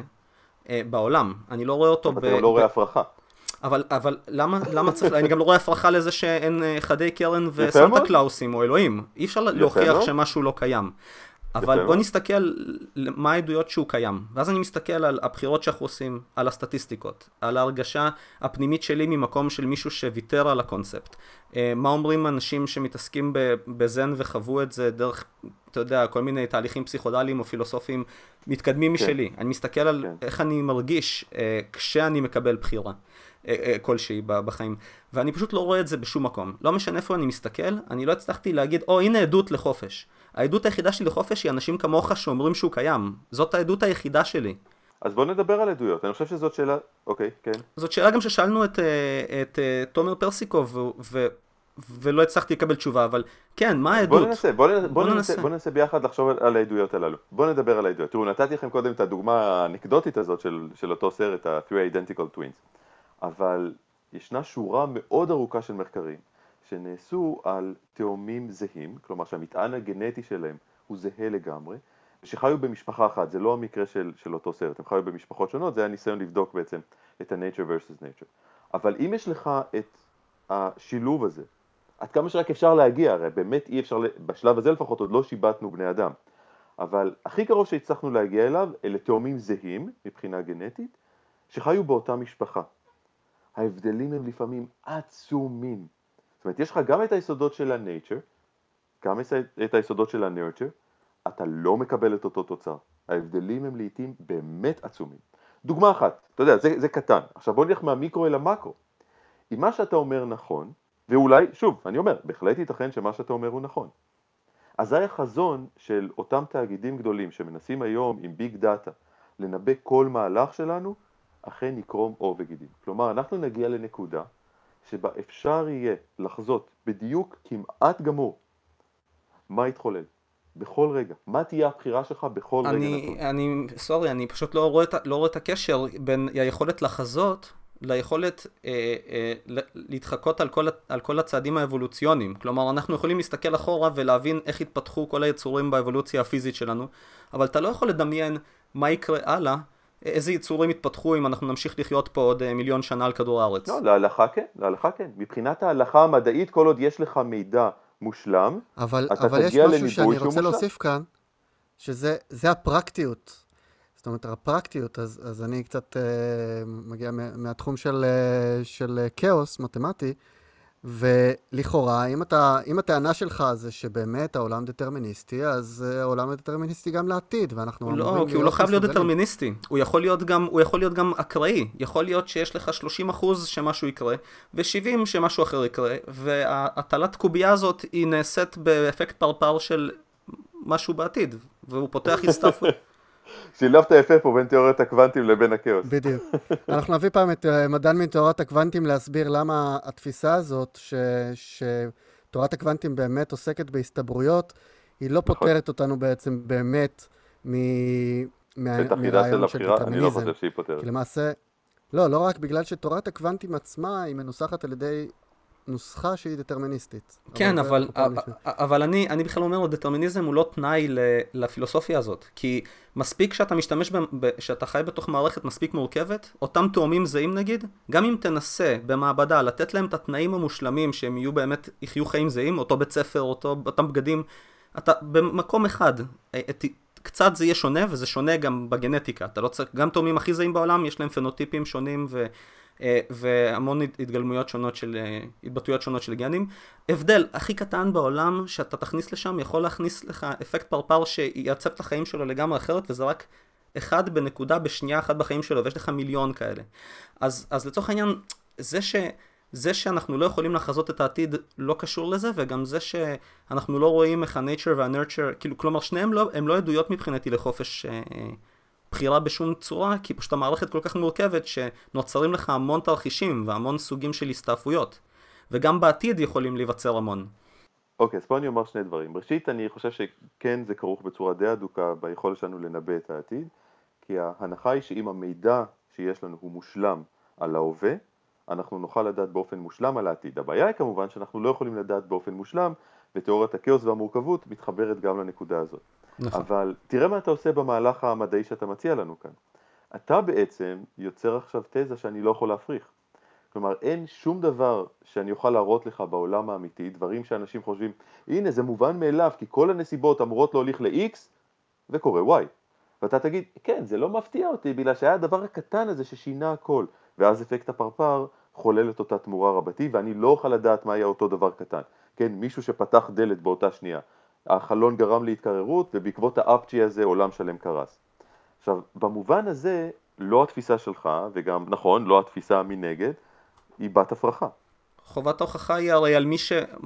בעולם, אני לא רואה אותו ב... אתה גם לא רואה הפרחה. אבל, אבל למה, למה צריך, אני גם לא רואה הפרחה לזה שאין חדי קרן וסנטה קלאוסים או אלוהים. אי אפשר להוכיח שמשהו לא קיים. אבל בוא נסתכל מה העדויות שהוא קיים. ואז אני מסתכל על הבחירות שאנחנו עושים, על הסטטיסטיקות, על ההרגשה הפנימית שלי ממקום של מישהו שוויתר על הקונספט. מה אומרים אנשים שמתעסקים בזן וחוו את זה דרך, אתה יודע, כל מיני תהליכים פסיכודליים או פילוסופיים מתקדמים משלי. אני מסתכל על איך אני מרגיש כשאני מקבל בחירה כלשהי בחיים, ואני פשוט לא רואה את זה בשום מקום. לא משנה איפה אני מסתכל, אני לא הצלחתי להגיד, או הנה עדות לחופש. העדות היחידה שלי לחופש היא אנשים כמוך שאומרים שהוא קיים. זאת העדות היחידה שלי. אז בוא נדבר על עדויות. אני חושב שזאת שאלה, אוקיי, כן. זאת שאלה גם ששאלנו את, את תומר פרסיקוב, ו, ו, ולא הצלחתי לקבל תשובה, אבל כן, מה העדות? בוא ננסה, בוא, בוא, בוא, ננסה, בוא ננסה ביחד לחשוב על העדויות הללו. בוא נדבר על העדויות. תראו, נתתי לכם קודם את הדוגמה האנקדוטית הזאת של, של אותו סרט, ה-Three Identical Twins. אבל ישנה שורה מאוד ארוכה של מחקרים שנעשו על תאומים זהים, כלומר שהמטען הגנטי שלהם הוא זהה לגמרי, שחיו במשפחה אחת, זה לא המקרה של, של אותו סרט, הם חיו במשפחות שונות, זה היה ניסיון לבדוק בעצם את ה-nature versus nature. אבל אם יש לך את השילוב הזה, עד כמה שרק אפשר להגיע, הרי באמת אי אפשר, בשלב הזה לפחות עוד לא שיבטנו בני אדם, אבל הכי קרוב שהצלחנו להגיע אליו, אלה תאומים זהים מבחינה גנטית, שחיו באותה משפחה. ההבדלים הם לפעמים עצומים. זאת אומרת, יש לך גם את היסודות של ה-nature, גם את היסודות של ה-nurture, אתה לא מקבל את אותו תוצר. ההבדלים הם לעתים באמת עצומים. דוגמה אחת, אתה יודע, זה, זה קטן. עכשיו בוא נלך מהמיקרו אל המקרו. אם מה שאתה אומר נכון, ואולי, שוב, אני אומר, בהחלט ייתכן שמה שאתה אומר הוא נכון. אז זה החזון של אותם תאגידים גדולים שמנסים היום עם ביג דאטה לנבא כל מהלך שלנו, אכן יקרום עור וגידים. כלומר, אנחנו נגיע לנקודה שבה אפשר יהיה לחזות בדיוק כמעט גמור מה יתחולל בכל רגע. מה תהיה הבחירה שלך בכל אני, רגע נתון. אני, סורי, אני פשוט לא רואה, לא רואה את הקשר בין היכולת לחזות ליכולת אה, אה, להתחקות על כל, על כל הצעדים האבולוציוניים. כלומר, אנחנו יכולים להסתכל אחורה ולהבין איך התפתחו כל היצורים באבולוציה הפיזית שלנו, אבל אתה לא יכול לדמיין מה יקרה הלאה, איזה יצורים יתפתחו אם אנחנו נמשיך לחיות פה עוד מיליון שנה על כדור הארץ. לא, להלכה כן, להלכה כן. מבחינת ההלכה המדעית, כל עוד יש לך מידע מושלם, אבל, אתה אבל יש תגיע משהו לניבוי שאני שהוא רוצה מושלם. להוסיף כאן, שזה זה הפרקטיות. זאת אומרת, הפרקטיות, אז, אז אני קצת uh, מגיע מהתחום של, uh, של כאוס מתמטי, ולכאורה, אם, אתה, אם הטענה שלך זה שבאמת העולם דטרמיניסטי, אז uh, העולם דטרמיניסטי גם לעתיד, ואנחנו אמורים להיות לא, כי הוא לא חייב להיות מסוגלים. דטרמיניסטי, הוא יכול להיות גם, הוא יכול להיות גם אקראי, יכול להיות שיש לך שלושים אחוז שמשהו יקרה, ו-שבעים שמשהו אחר יקרה, והטלת קובייה הזאת היא נעשית באפקט פרפר של משהו בעתיד, והוא פותח הסתעפות. שילבת יפה פה בין תיאוריית הקוונטים לבין הכאוס. בדיוק. אנחנו נביא פעם את uh, מדען מתיאוריית הקוונטים להסביר למה התפיסה הזאת, ש, שתורת הקוונטים באמת עוסקת בהסתברויות, היא לא פותרת אותנו בעצם באמת מ, מה, את החידה של מרעיון של הבחירה, אני לא דטרמיניזם. חושב שהיא פותרת. כי למעשה, לא, לא רק בגלל שתורת הקוונטים עצמה היא מנוסחת על ידי נוסחה שהיא דטרמיניסטית. כן, אבל, אבל, זה פעם לפני. אבל אני, אני בכלל אומר, דטרמיניזם הוא לא תנאי ל- לפילוסופיה הזאת, כי מספיק שאתה משתמש, ב- ב- שאתה חי בתוך מערכת מספיק מורכבת, אותם תאומים זהים נגיד, גם אם תנסה במעבדה לתת להם את התנאים המושלמים שהם יהיו באמת, יחיו חיים זהים, אותו בית ספר, אותו, אותם בגדים, אתה במקום אחד, את, קצת זה יהיה שונה, וזה שונה גם בגנטיקה, אתה לא צריך, גם תאומים הכי זהים בעולם, יש להם פנוטיפים שונים ו... והמון התגלמויות שונות של, התבטאויות שונות של גנים. הבדל הכי קטן בעולם שאתה תכניס לשם יכול להכניס לך אפקט פרפר שיעצב את החיים שלו לגמרי אחרת, וזה רק אחד בנקודה בשנייה אחת בחיים שלו, ויש לך מיליון כאלה. אז, אז לצורך העניין, זה ש... זה שאנחנו לא יכולים לחזות את העתיד לא קשור לזה, וגם זה שאנחנו לא רואים איך ה-nature וה-nurture, כאילו, כלומר, שניהם לא, הם לא עדויות מבחינתי לחופש אה, בחירה בשום צורה, כי פשוט המערכת כל כך מורכבת שנוצרים לך המון תרחישים והמון סוגים של הסתעפויות, וגם בעתיד יכולים להיווצר המון. אוקיי, אז פה אני אומר שני דברים. ראשית, אני חושב שכן זה כרוך בצורה די אדוקה ביכולת שלנו לנבא את העתיד, כי ההנחה היא שאם המידע שיש לנו הוא מושלם על ההווה, אנחנו נוכל לדעת באופן מושלם על העתיד. הבעיה היא כמובן שאנחנו לא יכולים לדעת באופן מושלם, ותיאוריית הכאוס והמורכבות מתחברת גם לנקודה הזאת. נכון. אבל תראה מה אתה עושה במהלך המדעי שאתה מציע לנו כאן. אתה בעצם יוצר עכשיו תזה שאני לא יכול להפריך. כלומר, אין שום דבר שאני אוכל להראות לך בעולם האמיתי, דברים שאנשים חושבים, הנה זה מובן מאליו, כי כל הנסיבות אמורות להוליך ל-X וקורה Y. ואתה תגיד, כן, זה לא מפתיע אותי, בגלל שהיה הדבר הקטן הזה ששינה הכל. ואז אפקט הפרפר חולל את אותה תמורה רבתי, ואני לא אוכל לדעת מה היה אותו דבר קטן. כן, מישהו שפתח דלת באותה שנייה. החלון גרם להתקררות, ובעקבות האפצ'י הזה עולם שלם קרס. עכשיו, במובן הזה, לא התפיסה שלך, וגם, נכון, לא התפיסה מנגד, היא בת הפרחה. חובת ההוכחה היא הרי על מי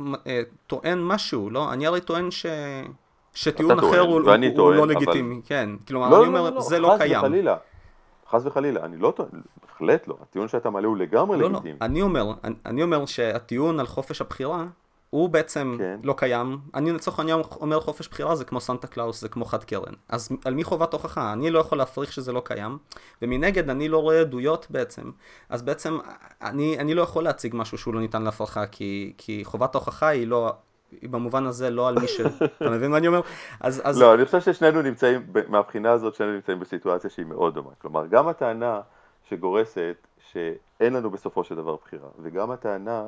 שטוען משהו, לא? אני הרי טוען ש... שטיעון אחר הוא, הוא, הוא טוען, לא אבל... לגיטימי, כן. כלומר, לא, אני אומר, לא, לא, זה לא חס קיים. וחלילה. חס וחלילה, אני לא טוען, בהחלט לא. הטיעון שאתה מעלה הוא לגמרי לא, לגיטימי. לא, אני אומר, אני, אני אומר שהטיעון על חופש הבחירה, הוא בעצם כן. לא קיים. אני לצורך העניין אומר חופש בחירה זה כמו סנטה קלאוס, זה כמו חד קרן. אז על מי חובת הוכחה? אני לא יכול להפריך שזה לא קיים, ומנגד אני לא רואה עדויות בעצם. אז בעצם אני, אני לא יכול להציג משהו שהוא לא ניתן להפרחה, כי, כי חובת ההוכחה היא לא... היא במובן הזה לא על מי ש... אתה מבין מה אני אומר? אז, אז... לא, אני חושב ששנינו נמצאים, מהבחינה הזאת שנינו נמצאים בסיטואציה שהיא מאוד דומה. כלומר, גם הטענה שגורסת שאין לנו בסופו של דבר בחירה, וגם הטענה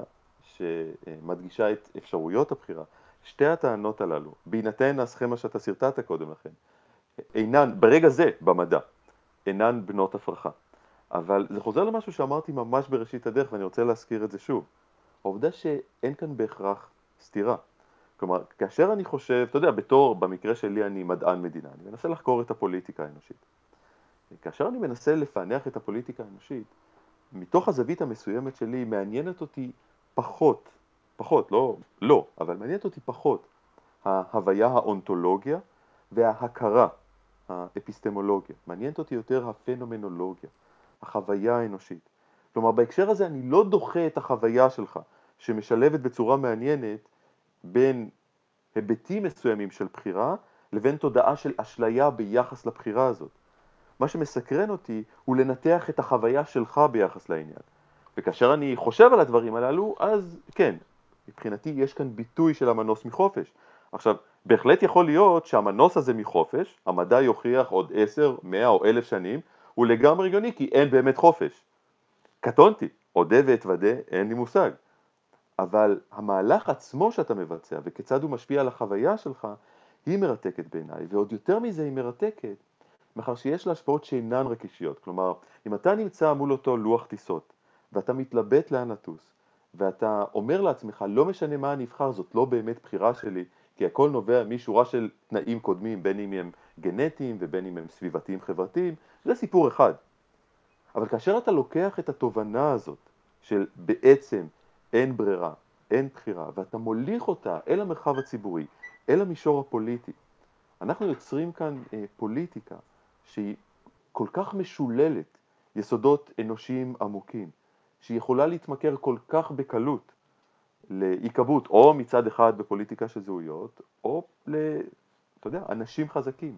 שמדגישה את אפשרויות הבחירה, שתי הטענות הללו, בהינתן הסכמה שאתה סרטטת קודם לכן, אינן, ברגע זה, במדע, אינן בנות הפרחה. אבל זה חוזר למשהו שאמרתי ממש בראשית הדרך, ואני רוצה להזכיר את זה שוב. העובדה שאין כאן בהכרח סתירה. כלומר, כאשר אני חושב, אתה יודע, בתור, במקרה שלי אני מדען מדינה, אני מנסה לחקור את הפוליטיקה האנושית. כאשר אני מנסה לפענח את הפוליטיקה האנושית, מתוך הזווית המסוימת שלי מעניינת אותי פחות, פחות, לא, לא, אבל מעניינת אותי פחות, ההוויה האונתולוגיה וההכרה, האפיסטמולוגיה. מעניינת אותי יותר הפנומנולוגיה, החוויה האנושית. כלומר, בהקשר הזה אני לא דוחה את החוויה שלך, שמשלבת בצורה מעניינת בין היבטים מסוימים של בחירה, לבין תודעה של אשליה ביחס לבחירה הזאת. מה שמסקרן אותי הוא לנתח את החוויה שלך ביחס לעניין. וכאשר אני חושב על הדברים הללו, אז כן, מבחינתי יש כאן ביטוי של המנוס מחופש. עכשיו, בהחלט יכול להיות שהמנוס הזה מחופש, המדע יוכיח עוד עשר, מאה או אלף שנים, הוא לגמרי הגיוני כי אין באמת חופש. קטונתי, אודה ואתוודה, אין לי מושג. אבל המהלך עצמו שאתה מבצע וכיצד הוא משפיע על החוויה שלך, היא מרתקת בעיניי, ועוד יותר מזה היא מרתקת, מאחר שיש לה השפעות שאינן רק אישיות. כלומר, אם אתה נמצא מול אותו לוח טיסות, ואתה מתלבט לאן לטוס, ואתה אומר לעצמך, לא משנה מה אני אבחר, זאת לא באמת בחירה שלי, כי הכל נובע משורה של תנאים קודמים, בין אם הם גנטיים ובין אם הם סביבתיים חברתיים, זה סיפור אחד. אבל כאשר אתה לוקח את התובנה הזאת, של בעצם אין ברירה, אין בחירה, ואתה מוליך אותה אל המרחב הציבורי, אל המישור הפוליטי, אנחנו יוצרים כאן אה, פוליטיקה שהיא כל כך משוללת יסודות אנושיים עמוקים, שהיא יכולה להתמכר כל כך בקלות להיקבות, או מצד אחד בפוליטיקה של זהויות, או ל, אתה יודע, אנשים חזקים,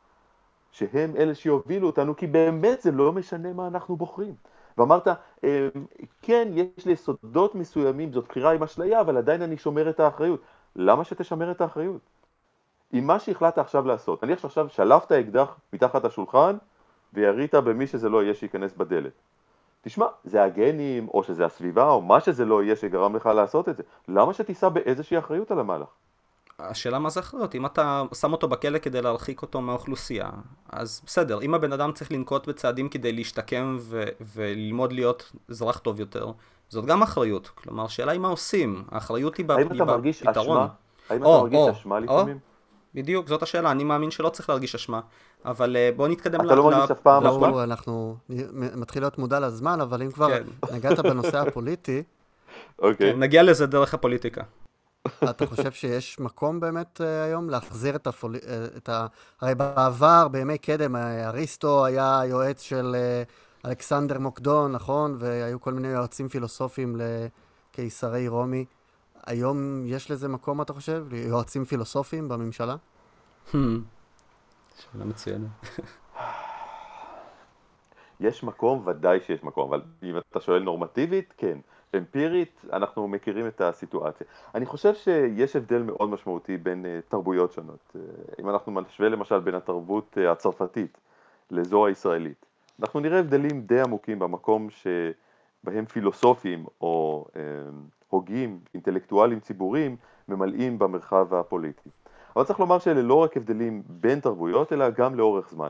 שהם אלה שיובילו אותנו, כי באמת זה לא משנה מה אנחנו בוחרים. ואמרת, כן, יש לי יסודות מסוימים, זאת בחירה עם אשליה, אבל עדיין אני שומר את האחריות. למה שתשמר את האחריות? עם מה שהחלטת עכשיו לעשות, אני עכשיו שלפת אקדח מתחת השולחן, וירית במי שזה לא יהיה שיכנס בדלת. תשמע, זה הגנים, או שזה הסביבה, או מה שזה לא יהיה שגרם לך לעשות את זה. למה שתיסע באיזושהי אחריות על המהלך? השאלה מה זה אחריות, אם אתה שם אותו בכלא כדי להרחיק אותו מהאוכלוסייה, אז בסדר, אם הבן אדם צריך לנקוט בצעדים כדי להשתקם ו- וללמוד להיות אזרח טוב יותר, זאת גם אחריות. כלומר, שאלה היא מה עושים, האחריות היא האם אתה מרגיש בפתרון. אשמה? האם אתה או, מרגיש או, אשמה או, לפעמים? בדיוק, זאת השאלה, אני מאמין שלא צריך להרגיש אשמה, אבל uh, בואו נתקדם אתה לא מרגיש אף פעם אשמה? בואו, אנחנו נ- מתחיל להיות מודע לזמן, אבל אם כבר כן. נגעת בנושא הפוליטי, אוקיי. כן, נגיע לזה דרך הפוליטיקה. אתה חושב שיש מקום באמת אה, היום להחזיר את הפולי... אה, את ה... הרי בעבר, בימי קדם, אה, אריסטו היה יועץ של אה, אלכסנדר מוקדון, נכון? והיו כל מיני יועצים פילוסופיים לקיסרי רומי. היום יש לזה מקום, אתה חושב? יועצים פילוסופיים בממשלה? שאלה מצוינת. יש מקום, ודאי שיש מקום, אבל אם אתה שואל נורמטיבית, כן. אמפירית, אנחנו מכירים את הסיטואציה. אני חושב שיש הבדל מאוד משמעותי בין uh, תרבויות שונות. Uh, אם אנחנו נשווה למשל בין התרבות uh, הצרפתית לזו הישראלית, אנחנו נראה הבדלים די עמוקים במקום שבהם פילוסופים או uh, הוגים, אינטלקטואלים ציבוריים, ממלאים במרחב הפוליטי. אבל צריך לומר שאלה לא רק הבדלים בין תרבויות, אלא גם לאורך זמן.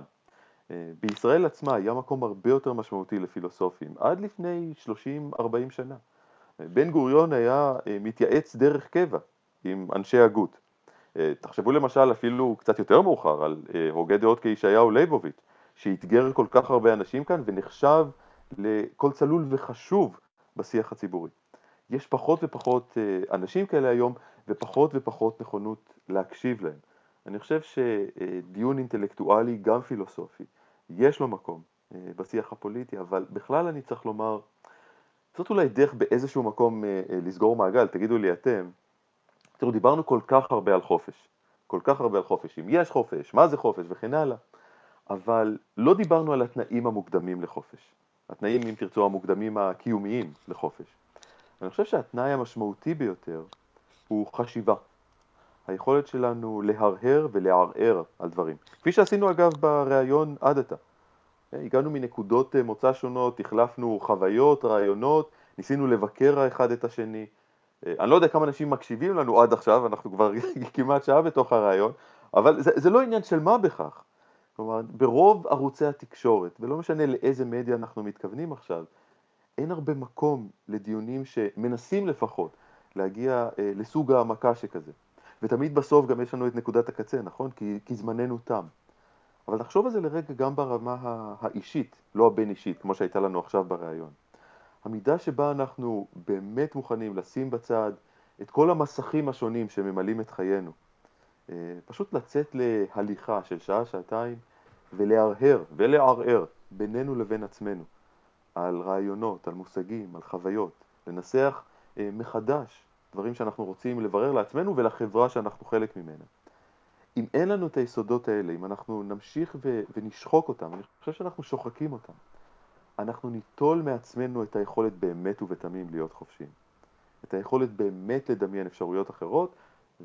בישראל עצמה היה מקום הרבה יותר משמעותי לפילוסופים, עד לפני שלושים ארבעים שנה. בן גוריון היה מתייעץ דרך קבע עם אנשי הגות. תחשבו למשל אפילו קצת יותר מאוחר על הוגה דעות כישעיהו ליבוביץ', שהתגר כל כך הרבה אנשים כאן ונחשב לכל צלול וחשוב בשיח הציבורי. יש פחות ופחות אנשים כאלה היום ופחות ופחות נכונות להקשיב להם. אני חושב שדיון אינטלקטואלי, גם פילוסופי, יש לו מקום בשיח הפוליטי, אבל בכלל אני צריך לומר, זאת אולי דרך באיזשהו מקום לסגור מעגל. תגידו לי אתם, תראו, דיברנו כל כך הרבה על חופש, כל כך הרבה על חופש, אם יש חופש, מה זה חופש וכן הלאה, אבל לא דיברנו על התנאים המוקדמים לחופש, התנאים, אם תרצו, המוקדמים הקיומיים לחופש. אני חושב שהתנאי המשמעותי ביותר הוא חשיבה. היכולת שלנו להרהר ולערער על דברים. כפי שעשינו אגב בראיון עד עתה. הגענו מנקודות מוצא שונות, החלפנו חוויות, רעיונות, ניסינו לבקר האחד את השני. אני לא יודע כמה אנשים מקשיבים לנו עד עכשיו, אנחנו כבר כמעט שעה בתוך הראיון, אבל זה, זה לא עניין של מה בכך. כלומר, ברוב ערוצי התקשורת, ולא משנה לאיזה מדיה אנחנו מתכוונים עכשיו, אין הרבה מקום לדיונים שמנסים לפחות להגיע אה, לסוג העמקה שכזה. ותמיד בסוף גם יש לנו את נקודת הקצה, נכון? כי, כי זמננו תם. אבל נחשוב על זה לרגע גם ברמה האישית, לא הבין אישית, כמו שהייתה לנו עכשיו בראיון. המידה שבה אנחנו באמת מוכנים לשים בצד את כל המסכים השונים שממלאים את חיינו, פשוט לצאת להליכה של שעה, שעתיים, ולהרהר ולערער בינינו לבין עצמנו, על רעיונות, על מושגים, על חוויות, לנסח מחדש דברים שאנחנו רוצים לברר לעצמנו ולחברה שאנחנו חלק ממנה. אם אין לנו את היסודות האלה, אם אנחנו נמשיך ו- ונשחוק אותם, אני חושב שאנחנו שוחקים אותם, אנחנו ניטול מעצמנו את היכולת באמת ובתמים להיות חופשיים. את היכולת באמת לדמיין אפשרויות אחרות,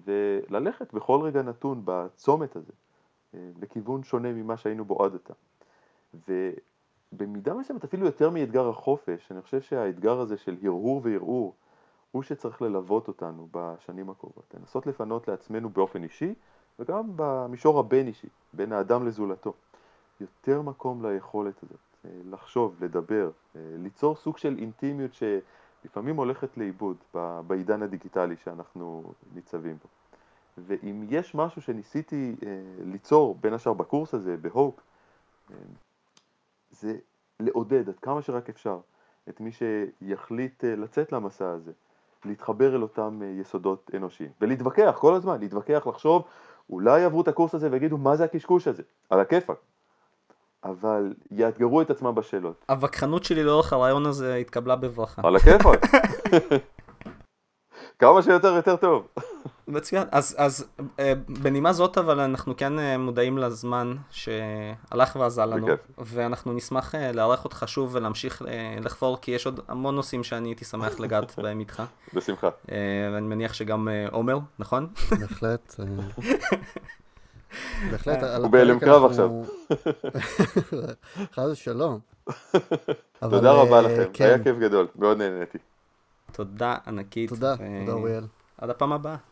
וללכת בכל רגע נתון בצומת הזה, לכיוון שונה ממה שהיינו בו עד עתה. במידה מסוימת אפילו יותר מאתגר החופש, אני חושב שהאתגר הזה של הרהור וערעור, הוא שצריך ללוות אותנו בשנים הקרובות. לנסות לפנות לעצמנו באופן אישי, וגם במישור הבין אישי, בין האדם לזולתו. יותר מקום ליכולת הזאת, לחשוב, לדבר, ליצור סוג של אינטימיות שלפעמים הולכת לאיבוד בעידן הדיגיטלי שאנחנו ניצבים בו. ואם יש משהו שניסיתי ליצור בין השאר בקורס הזה, בהוק, זה לעודד עד כמה שרק אפשר את מי שיחליט לצאת למסע הזה, להתחבר אל אותם יסודות אנושיים, ולהתווכח כל הזמן, להתווכח, לחשוב, אולי יעברו את הקורס הזה ויגידו מה זה הקשקוש הזה, על הכיפק, אבל יאתגרו את עצמם בשאלות. הווכחנות שלי לאורך הרעיון הזה התקבלה בברכה. על הכיפק. כמה שיותר יותר טוב. מצוין. אז, אז בנימה זאת, אבל אנחנו כן מודעים לזמן שהלך ועזל לנו, בכיף. ואנחנו נשמח לארח אותך שוב ולהמשיך לחפור, כי יש עוד המון נושאים שאני הייתי שמח לגעת בהם איתך. בשמחה. ואני מניח שגם עומר, נכון? בהחלט. בהחלט. הוא בהלם קרב עכשיו. חס ושלום. תודה רבה לכם, היה כיף גדול, מאוד נהניתי. תודה ענקית. תודה, תודה אוריאל. עד הפעם הבאה.